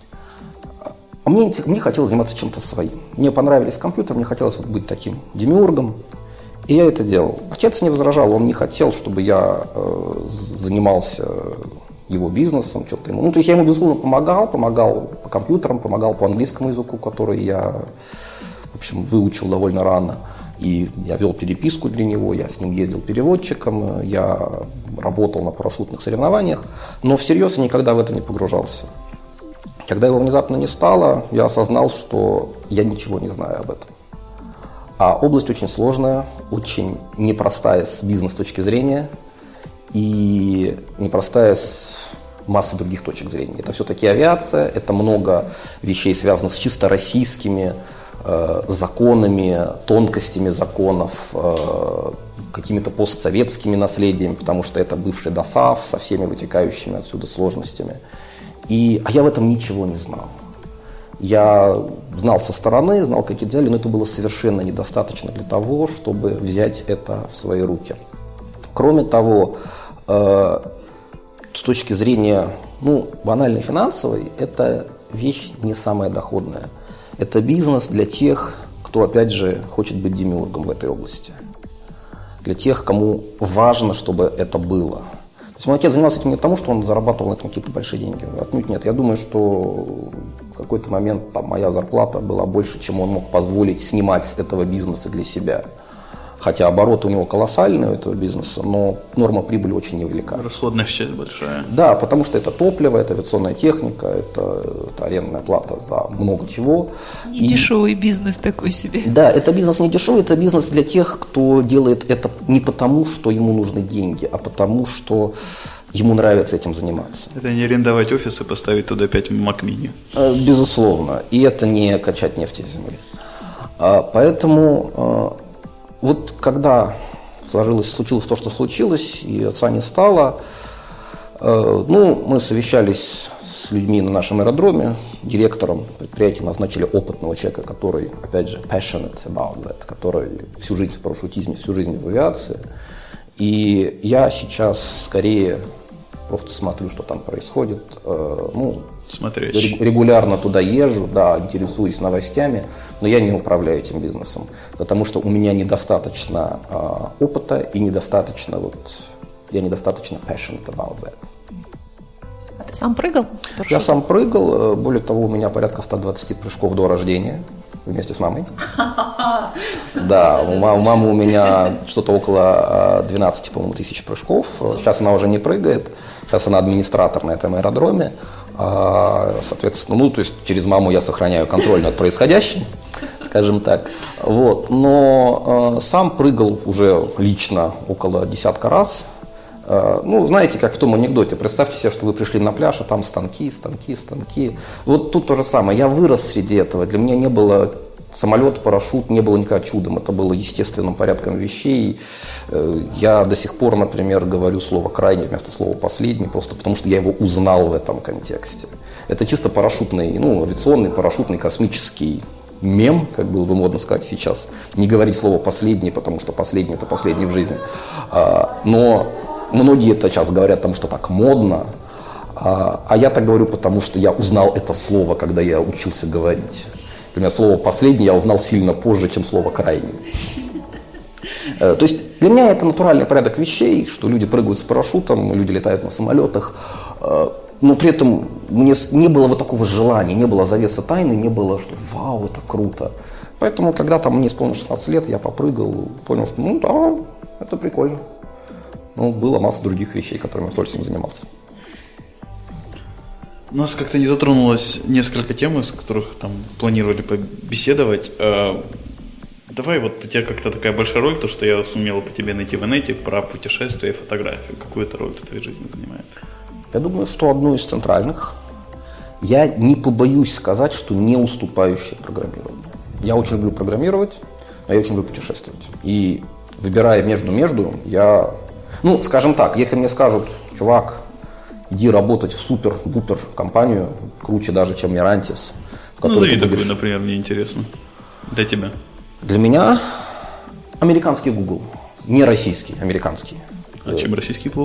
А мне, мне хотелось заниматься чем-то своим. Мне понравились компьютеры, мне хотелось вот быть таким демиургом. И я это делал. Отец не возражал, он не хотел, чтобы я э, занимался его бизнесом, что-то ему. Ну, то есть я ему, безусловно, помогал, помогал по компьютерам, помогал по английскому языку, который я, в общем, выучил довольно рано. И я вел переписку для него, я с ним ездил переводчиком, я работал на парашютных соревнованиях, но всерьез я никогда в это не погружался. Когда его внезапно не стало, я осознал, что я ничего не знаю об этом. А область очень сложная, очень непростая с бизнес точки зрения и непростая с массой других точек зрения. Это все-таки авиация, это много вещей, связанных с чисто российскими э, законами, тонкостями законов, э, какими-то постсоветскими наследиями, потому что это бывший ДОСААФ со всеми вытекающими отсюда сложностями. И, а я в этом ничего не знал. Я знал со стороны, знал, как это делали, но это было совершенно недостаточно для того, чтобы взять это в свои руки. Кроме того, э, с точки зрения ну, банальной финансовой, это вещь не самая доходная. Это бизнес для тех, кто, опять же, хочет быть демиургом в этой области. Для тех, кому важно, чтобы это было. То есть мой отец занимался этим не потому, что он зарабатывал на этом какие-то большие деньги. Отнюдь нет. Я думаю, что в какой-то момент там, моя зарплата была больше, чем он мог позволить снимать с этого бизнеса для себя. Хотя обороты у него колоссальные у этого бизнеса, но норма прибыли очень невелика.
Расходная часть большая.
Да, потому что это топливо, это авиационная техника, это, это арендная плата за много чего.
Не и... дешевый бизнес такой себе.
Да, это бизнес не дешевый, это бизнес для тех, кто делает это не потому, что ему нужны деньги, а потому, что ему нравится этим заниматься.
Это не арендовать офис и поставить туда пять Mac Mini.
Безусловно. И это не качать нефть из земли. Поэтому... Вот когда сложилось, случилось то, что случилось, и отца не стало, э, ну, мы совещались с людьми на нашем аэродроме, директором предприятия назначили опытного человека, который, опять же, passionate about that, который всю жизнь в парашютизме, всю жизнь в авиации. И я сейчас скорее просто смотрю, что там происходит, э, ну,
Смотреть.
Регулярно туда езжу, да, интересуюсь новостями, но я не управляю этим бизнесом, потому что у меня недостаточно э, опыта и недостаточно, вот, я недостаточно passionate about that.
А ты сам прыгал?
Я сам прыгал, более того, у меня порядка сто двадцать прыжков до рождения вместе с мамой. Да, у мамы у меня что-то около двенадцать, по-моему, тысяч прыжков. Сейчас она уже не прыгает, сейчас она администратор на этом аэродроме. Соответственно, ну, то есть через маму я сохраняю контроль над происходящим, скажем так. Вот. Но сам прыгал уже лично около десятка раз. Ну, знаете, как в том анекдоте. Представьте себе, что вы пришли на пляж, а там станки, станки, станки. Вот тут то же самое. Я вырос среди этого. Для меня не было самолет, парашют, не было никогда чудом. Это было естественным порядком вещей. Я до сих пор, например, говорю слово «крайний» вместо слова «последний», просто потому что я его узнал в этом контексте. Это чисто парашютный, ну, авиационный, парашютный, космический мем, как было бы модно сказать сейчас. Не говорить слово «последний», потому что последний – это последний в жизни. Но многие это сейчас говорят, потому что так модно, а, а я так говорю, потому что я узнал это слово, когда я учился говорить. Например, слово «последний» я узнал сильно позже, чем слово «крайний». То есть для меня это натуральный порядок вещей, что люди прыгают с парашютом, люди летают на самолетах, но при этом мне не было вот такого желания, не было завеса тайны, не было, что «вау, это круто». Поэтому, когда там мне исполнилось шестнадцать лет, я попрыгал, понял, что ну да, это прикольно. Ну, была масса других вещей, которыми я с удовольствием занимался.
У нас как-то не затронулось несколько тем, из которых там планировали побеседовать. Давай, вот у тебя как-то такая большая роль, то, что я сумел по тебе найти в инете про путешествия и фотографию. Какую это роль в твоей жизни занимает?
Я думаю, что одну из центральных. Я не побоюсь сказать, что не уступающая программированию. Я очень люблю программировать, но я очень люблю путешествовать. И выбирая между-между, я... Ну, скажем так, если мне скажут, чувак, иди работать в супер-бупер компанию, круче даже, чем Mirantis.
Назови такую, будешь... например, мне интересно. Для тебя.
Для меня американский Google. Не российский, американский.
А чем российский плох?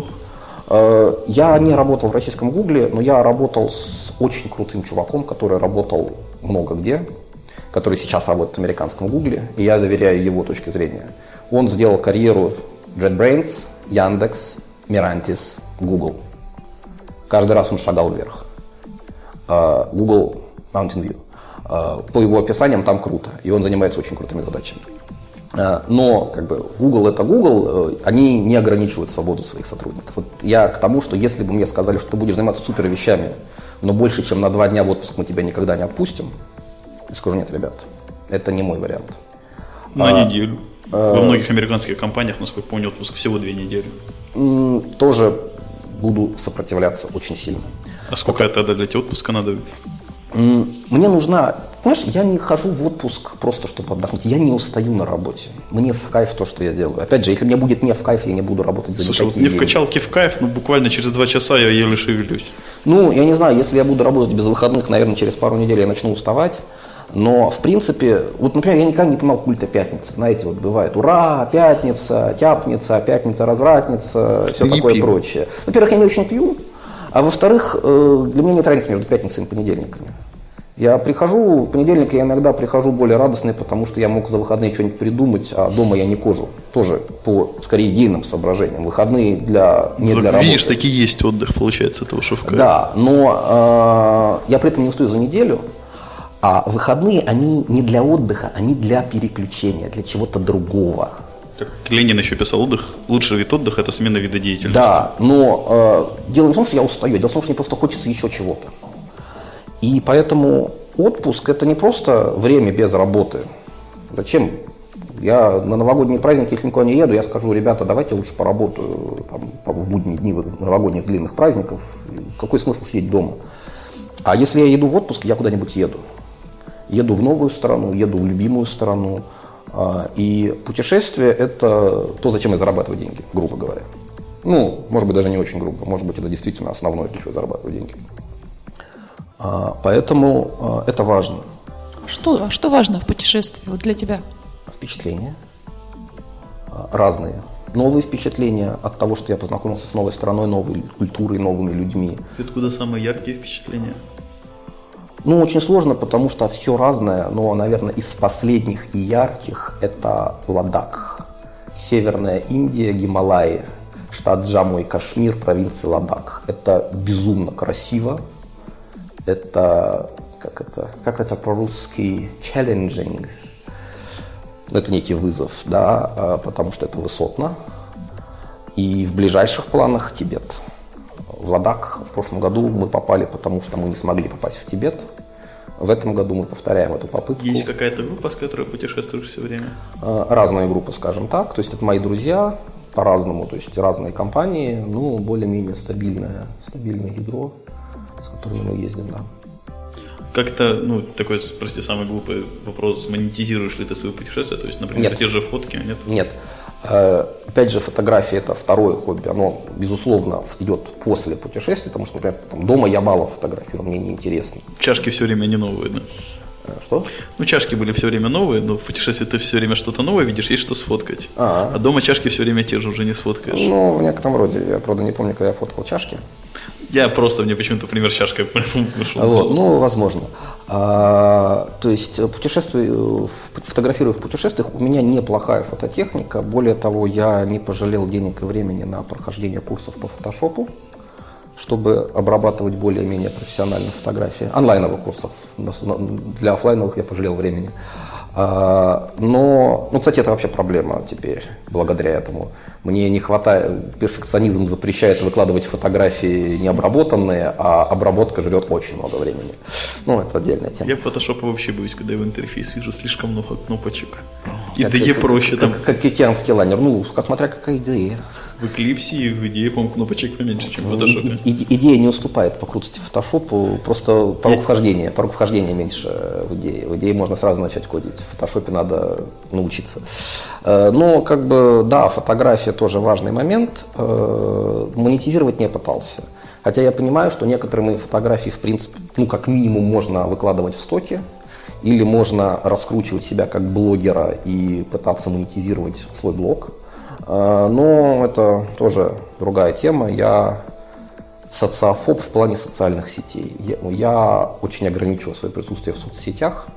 Я не работал в российском Гугле, но я работал с очень крутым чуваком, который работал много где, который сейчас работает в американском Гугле, и я доверяю его точке зрения. Он сделал карьеру JetBrains, Яндекс, Mirantis, Google. Каждый раз он шагал вверх. Google Mountain View. По его описаниям там круто, и он занимается очень крутыми задачами. Но как бы Google это Google, они не ограничивают свободу своих сотрудников. Вот я к тому, что если бы мне сказали, что ты будешь заниматься супер вещами, но больше, чем на два дня в отпуск мы тебя никогда не отпустим, я скажу, нет, ребят, это не мой вариант.
На а, неделю. А, Во многих американских компаниях, насколько я помню, отпуск всего две недели.
Тоже буду сопротивляться очень сильно.
А сколько это тогда для тебя отпуска надо?
Мне нужна... Знаешь, я не хожу в отпуск просто, чтобы отдохнуть. Я не устаю на работе. Мне в кайф то, что я делаю. Опять же, если мне будет не в кайф, я не буду работать за
Слушай,
никакие
вот мне в качалке в кайф, ну буквально через два часа я еле шевелюсь.
Ну, я не знаю, если я буду работать без выходных, наверное, через пару недель я начну уставать. Но, в принципе, вот, например, я никогда не понимал культа пятницы. Знаете, вот бывает, ура, пятница, тяпница, пятница, развратница, все такое пью. Прочее. Во-первых, я не очень пью, а во-вторых, для меня нет разницы между пятницей и понедельниками. Я прихожу, в понедельник я иногда прихожу более радостный, потому что я мог за выходные что-нибудь придумать, а дома я не кожу. Тоже по, скорее, идейным соображениям. Выходные для, не
За,
для работы.
Видишь, таки есть отдых, получается, этого шовка.
Да, но э, я при этом не устаю за неделю, а выходные, они не для отдыха, они для переключения, для чего-то другого.
Как Ленин еще писал, отдых, лучший вид отдыха – это смена вида деятельности.
Да, но э, дело не в том, что я устаю, дело в том, что мне просто хочется еще чего-то. И поэтому отпуск – это не просто время без работы. Зачем? Я на новогодние праздники, если никуда не еду, я скажу, ребята, давайте лучше поработаю там, в будние дни новогодних длинных праздников. Какой смысл сидеть дома? А если я еду в отпуск, я куда-нибудь еду. Еду в новую страну, еду в любимую страну. И путешествие – это то, зачем я зарабатываю деньги, грубо говоря. Ну, может быть, даже не очень грубо. Может быть, это действительно основное, для чего я зарабатываю деньги. Поэтому это важно.
Что, а что важно в путешествии вот для тебя?
Впечатления разные. Новые впечатления от того, что я познакомился с новой страной, новой культурой, новыми людьми.
Откуда самые яркие впечатления?
Ну, очень сложно, потому что все разное, но, наверное, из последних и ярких это Ладак. Северная Индия, Гималаи, штат Джамму и Кашмир, провинция Ладак. Это безумно красиво. Это, как это, как это по-русски, challenging. Это некий вызов, да, потому что это высотно. И в ближайших планах Тибет. в Ладак. В прошлом году мы попали, потому что мы не смогли попасть в Тибет. В этом году мы повторяем эту попытку.
Есть какая-то группа, с которой путешествуешь все время?
Разные группы, скажем так. То есть это мои друзья по-разному, то есть разные компании, ну, более-менее стабильное, стабильное ядро, с которыми мы ездим, да.
Как-то, ну, такой, прости, самый глупый вопрос, монетизируешь ли ты свои путешествия? То есть, например,
нет.
те же фотки, нет?
Нет. Опять же, фотография – это второе хобби. Оно, безусловно, идет после путешествий, потому что, например, там, дома я мало фотографирую, мне неинтересно.
Чашки все время не новые, да?
Что?
Ну, чашки были все время новые, но в путешествии ты все время что-то новое видишь, есть что сфоткать.
А-а.
А дома чашки все время те же уже не сфоткаешь.
Ну, в некотором роде. Я, правда, не помню, когда я фоткал чашки.
Я просто, мне почему-то пример с чашкой вышел.
Вот, ну, возможно. А, то есть, путешествую, фотографирую в путешествиях, у меня неплохая фототехника. Более того, я не пожалел денег и времени на прохождение курсов по фотошопу, чтобы обрабатывать более-менее профессионально фотографии. Онлайновых курсов. Для офлайновых я пожалел времени. А, но, ну, кстати, это вообще проблема теперь, благодаря этому. Мне не хватает, перфекционизм запрещает выкладывать фотографии необработанные, а обработка жрет очень много времени. Ну, это отдельная тема.
Я фотошопа вообще боюсь, когда я в интерфейс вижу слишком много кнопочек. И
Как-
ди и
как-
проще
как,
там.
Как китианский лайнер. Ну, как смотря какая идея.
В Eclipse и в идее, по-моему, кнопочек поменьше, чем в фотошопе.
И- и- идея не уступает по крутости фотошопу, просто порог вхождения, порог вхождения меньше в идее. В идее можно сразу начать кодить, в фотошопе надо научиться. Э, Но, как бы, да, фотография тоже важный момент. Э, Монетизировать не пытался. Хотя я понимаю, что некоторые мои фотографии, в принципе, ну, как минимум можно выкладывать в стоке, или можно раскручивать себя как блогера и пытаться монетизировать свой блог. Но это тоже другая тема. Я социофоб в плане социальных сетей. Я, я очень ограничиваю свое присутствие в соцсетях.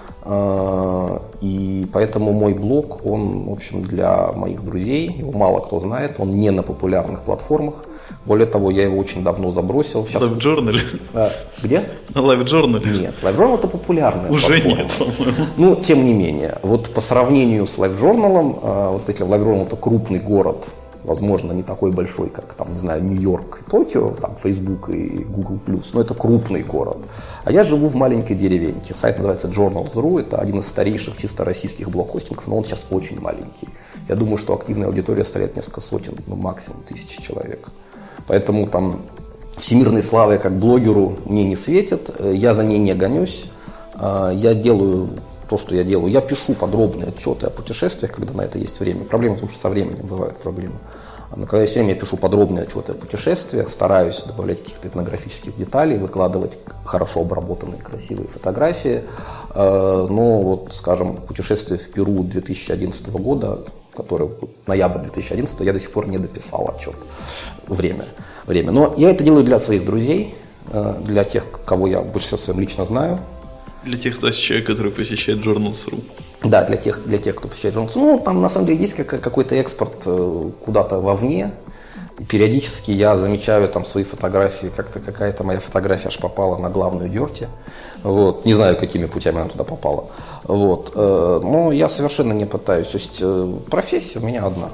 И поэтому мой блог, он, в общем, для моих друзей, его мало кто знает, он не на популярных платформах. Более того, я его очень давно забросил. Сейчас...
LiveJournal?
А, где?
На LiveJournal?
Нет, LiveJournal это популярная
Уже
платформа.
нет, по-моему.
Ну, тем не менее, вот по сравнению с LiveJournal, а, вот если LiveJournal это крупный город, возможно, не такой большой, как, там, не знаю, Нью-Йорк и Токио, там, Facebook и Google+, но это крупный город. А я живу в маленькой деревеньке. Сайт называется Journals точка ру, это один из старейших чисто российских блог-хостингов, но он сейчас очень маленький. Я думаю, что активная аудитория составляет несколько сотен, ну, максимум тысячи человек. Поэтому там всемирной славы как блогеру мне не светит, я за ней не гонюсь, я делаю то, что я делаю. Я пишу подробные отчеты о путешествиях, когда на это есть время. Проблема в том, что со временем бывают проблемы. Но когда есть время, я пишу подробные отчеты о путешествиях, стараюсь добавлять каких-то этнографических деталей, выкладывать хорошо обработанные, красивые фотографии. Но вот, скажем, путешествие в Перу две тысячи одиннадцатого года, который ноябрь две тысячи одиннадцатого, я до сих пор не дописал отчет. Время. время. Но я это делаю для своих друзей, для тех, кого я в большинстве своем лично знаю.
Для тех, кто человек, который посещает Journals точка ру.
Да, для тех, для тех, кто посещает Journals. Ну, там на самом деле есть какой-то экспорт куда-то вовне. И периодически я замечаю там свои фотографии, как-то какая-то моя фотография аж попала на главную Дёрти. Вот. Не знаю, какими путями она туда попала. Вот. Но я совершенно не пытаюсь. То есть профессия у меня одна.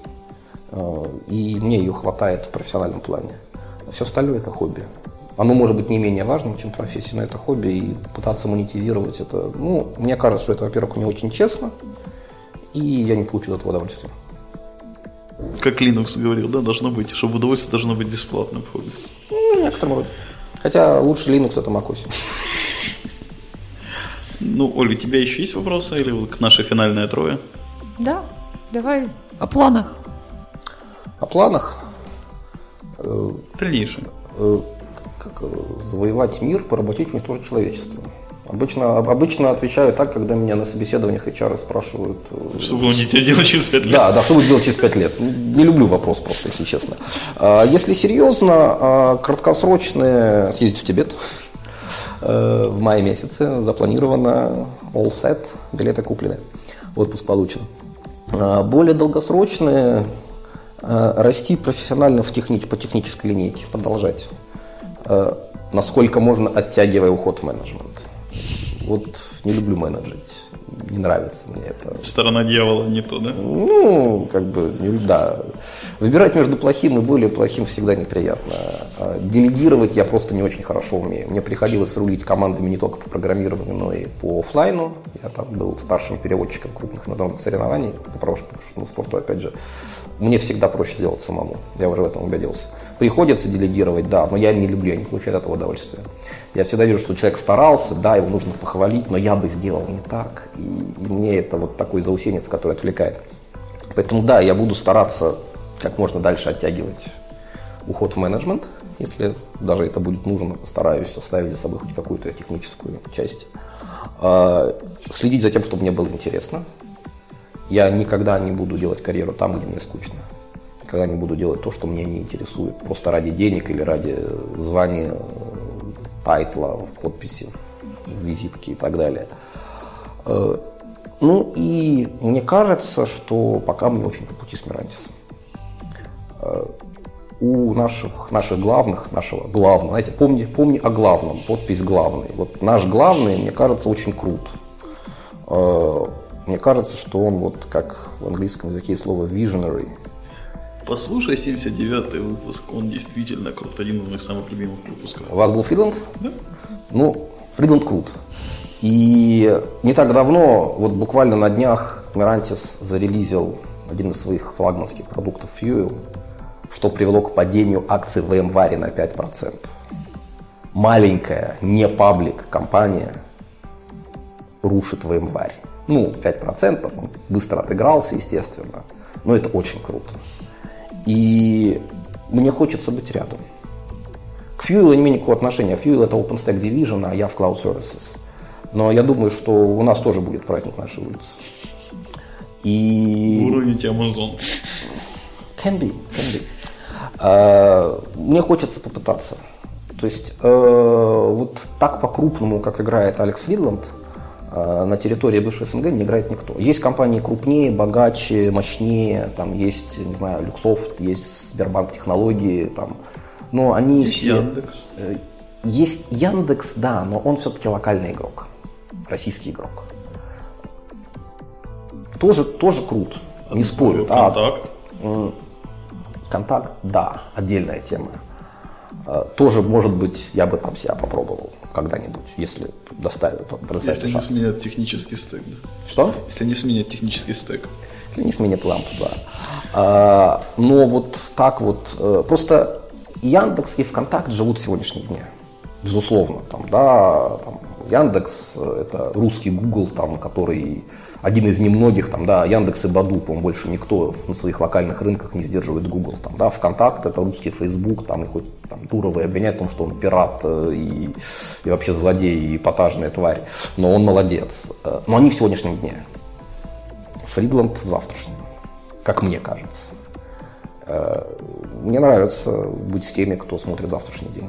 И мне ее хватает в профессиональном плане. Все остальное это хобби. Оно может быть не менее важным, чем профессия, но это хобби, и пытаться монетизировать это, ну, мне кажется, что это, во-первых, не очень честно, и я не получу от этого удовольствия.
Как Linux говорил, да, должно быть, чтобы удовольствие должно быть бесплатным в хобби.
Ну, в некотором роде. Хотя лучше Linux это macOS.
Ну, Ольга, у тебя еще есть вопросы или вот к нашей финальной трое?
Да, давай о планах.
О планах?
Дальнейшее.
Как завоевать мир, поработить, уничтожить человечество. Обычно, обычно отвечаю так, когда меня на собеседованиях эйч ар спрашивают...
Что вы будете делать через пять лет?
Да, да, что вы делать через пять лет. Не люблю вопрос просто, если честно. Если серьезно, краткосрочные съездить в Тибет. В мае месяце запланировано, all set, билеты куплены, отпуск получен. Более долгосрочные, расти профессионально в техни- по технической линейке, продолжать. Насколько можно, оттягивая уход в менеджмент. Вот не люблю менеджерить. не нравится мне это.
Сторона дьявола не то, да?
Ну, как бы, да. Выбирать между плохим и более плохим всегда неприятно. Делегировать я просто не очень хорошо умею. Мне приходилось рулить командами не только по программированию, но и по офлайну. Я там был старшим переводчиком крупных международных соревнований по парашютному спорту, опять же. Мне всегда проще делать самому. Я уже в этом убедился. Приходится делегировать, да, но я не люблю, я не получаю от этого удовольствия. Я всегда вижу, что человек старался, да, его нужно похвалить, но я бы сделал не так. И, и мне это вот такой заусенец, который отвлекает. Поэтому, да, я буду стараться как можно дальше оттягивать уход в менеджмент, если даже это будет нужно, постараюсь оставить за собой хоть какую-то техническую часть. Следить за тем, чтобы мне было интересно. Я никогда не буду делать карьеру там, где мне скучно. Никогда не буду делать то, что меня не интересует. Просто ради денег или ради звания, тайтла, в подписи, в визитке и так далее. Ну и мне кажется, что пока мне очень по пути с Мирантисом. У наших, наших главных, нашего главного, знаете, помни, помни о главном, подпись главный. Вот наш главный, мне кажется, очень крут. Мне кажется, что он вот, как в английском языке есть слово visionary.
Послушай семьдесят девятый выпуск, он действительно крут, один из моих самых любимых выпусков.
У вас был Фридланд?
Да.
Ну, Фридланд крут. И не так давно, вот буквально на днях, Мирантис зарелизил один из своих флагманских продуктов Fuel, что привело к падению акций VMware на пять процентов. Маленькая, не паблик компания рушит VMware. Ну, пять процентов, он быстро отыгрался, естественно, но это очень круто. И мне хочется быть рядом. К Fuel я не имею никакого отношения. Fuel — это OpenStack Division, а я в Cloud Services. Но я думаю, что у нас тоже будет праздник нашей улицы. И...
Уроните Amazon.
Can be, can be. Uh, мне хочется попытаться. То есть uh, вот так по-крупному, как играет Алекс Фридланд, uh, на территории бывшей СНГ не играет никто. Есть компании крупнее, богаче, мощнее, там есть, не знаю, Люксофт, есть Сбербанк Технологии, там, но они
есть
все...
Яндекс.
Есть Яндекс, да, но он все-таки локальный игрок, российский игрок. Тоже, тоже крут, не спорю.
Контакт.
А, Контакт, да, отдельная тема. Тоже, может быть, я бы там себя попробовал когда-нибудь, если доставят.
Если не сменят технический стек, да.
Что?
Если не сменят технический стек.
Если не сменят лампу, да. А, но вот так вот, просто Яндекс и ВКонтакт живут в сегодняшнем дне. Безусловно, там, да, там, Яндекс — это русский Google, там, который один из немногих, там, да, Яндекс и Баду, по-моему, больше никто на своих локальных рынках не сдерживает Google, там, да, ВКонтакт — это русский Facebook, там, и хоть там Туровый обвиняет в том, что он пират и, и вообще злодей и эпатажная тварь, но он молодец. Но они в сегодняшнем дне. Фридланд в завтрашнем, как мне кажется. Мне нравится быть с теми, кто смотрит завтрашний день.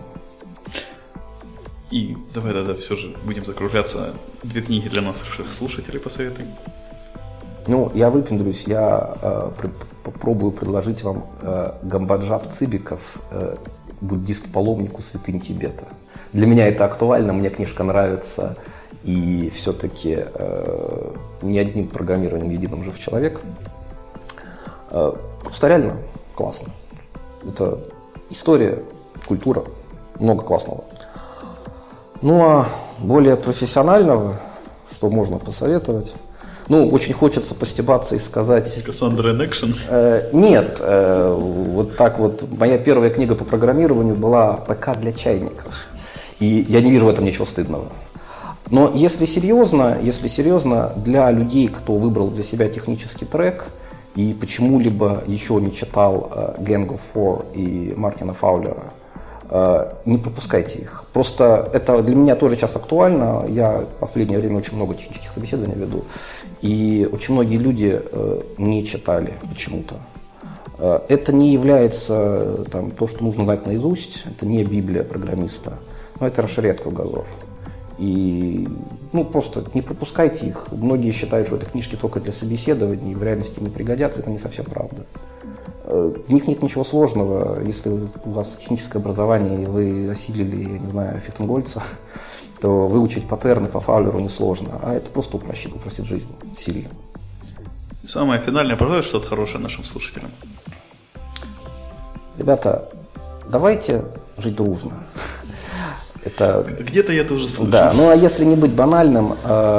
И давай тогда все же будем закругляться. Две книги для наших слушателей посоветуй.
Ну, я выпендрюсь, я э, попробую предложить вам э, Гамбаджап Цибиков, э, буддист-паломнику святынь Тибета. Для меня это актуально, мне книжка нравится, и все-таки э, не одним программированием единым жив человек. Э, просто реально классно. Это история, культура, много классного. Ну, а более профессионального, что можно посоветовать? Ну, очень хочется постебаться и сказать...
Cassandra in Action?
Э, нет, э, вот так вот. Моя первая книга по программированию была «ПК для чайников». И я не вижу в этом ничего стыдного. Но если серьезно, если серьезно, для людей, кто выбрал для себя технический трек и почему-либо еще не читал э, Gang of Four и Мартина Фаулера, не пропускайте их. Просто это для меня тоже сейчас актуально. Я в последнее время очень много технических собеседований веду. И очень многие люди не читали почему-то. Это не является там, то, что нужно знать наизусть. Это не Библия программиста. Но это расширяет кругозор. И ну, просто не пропускайте их. Многие считают, что это книжки только для собеседований, и в реальности не пригодятся. Это не совсем правда. В них нет ничего сложного. Если у вас техническое образование, и вы осилили, я не знаю, Фихтенгольца, то выучить паттерны по Фаулеру несложно, а это просто упростит, упростит жизнь сильно.
Самое финальное, пожалуй, что-то хорошее нашим слушателям.
Ребята, давайте жить дружно. Это...
Где-то я это уже слышал.
Да, ну а если не быть банальным,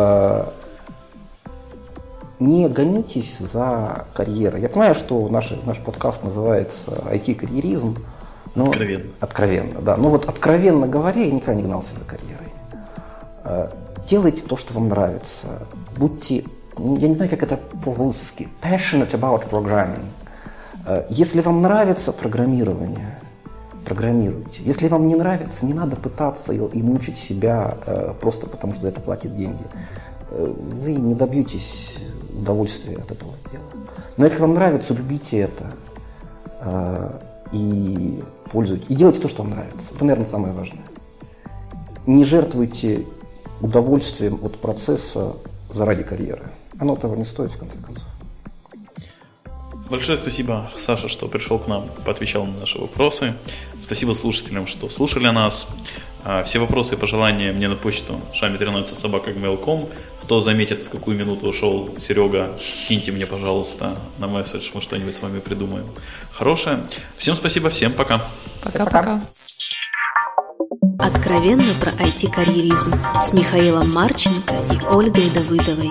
не гонитесь за карьерой. Я понимаю, что наш, наш подкаст называется ай ти-карьеризм. Но
откровенно.
Откровенно, да. Но вот откровенно говоря, я никогда не гнался за карьерой. Делайте то, что вам нравится. Будьте, я не знаю, как это по-русски, passionate about programming. Если вам нравится программирование, программируйте. Если вам не нравится, не надо пытаться и, и мучить себя э, просто потому, что за это платят деньги. Э, вы не добьетесь удовольствия от этого дела. Но если вам нравится, любите это э, и пользуйтесь. И делайте то, что вам нравится. Это, наверное, самое важное. Не жертвуйте удовольствием от процесса заради карьеры. Оно того не стоит, в конце концов.
Большое спасибо, Саша, что пришел к нам, поотвечал на наши вопросы. Спасибо слушателям, что слушали нас. Все вопросы и пожелания мне на почту шами тринадцать собака джи мейл точка ком. Кто заметит, в какую минуту ушел Серега, скиньте мне, пожалуйста, на месседж, мы что-нибудь с вами придумаем хорошее. Всем спасибо, всем пока.
Пока-пока.
Откровенно про ай ти-карьеризм с Михаилом Марченко и Ольгой Давыдовой.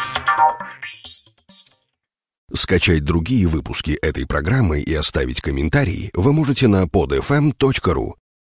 Скачать другие выпуски этой программы и оставить комментарии вы можете на под эф эм точка ру.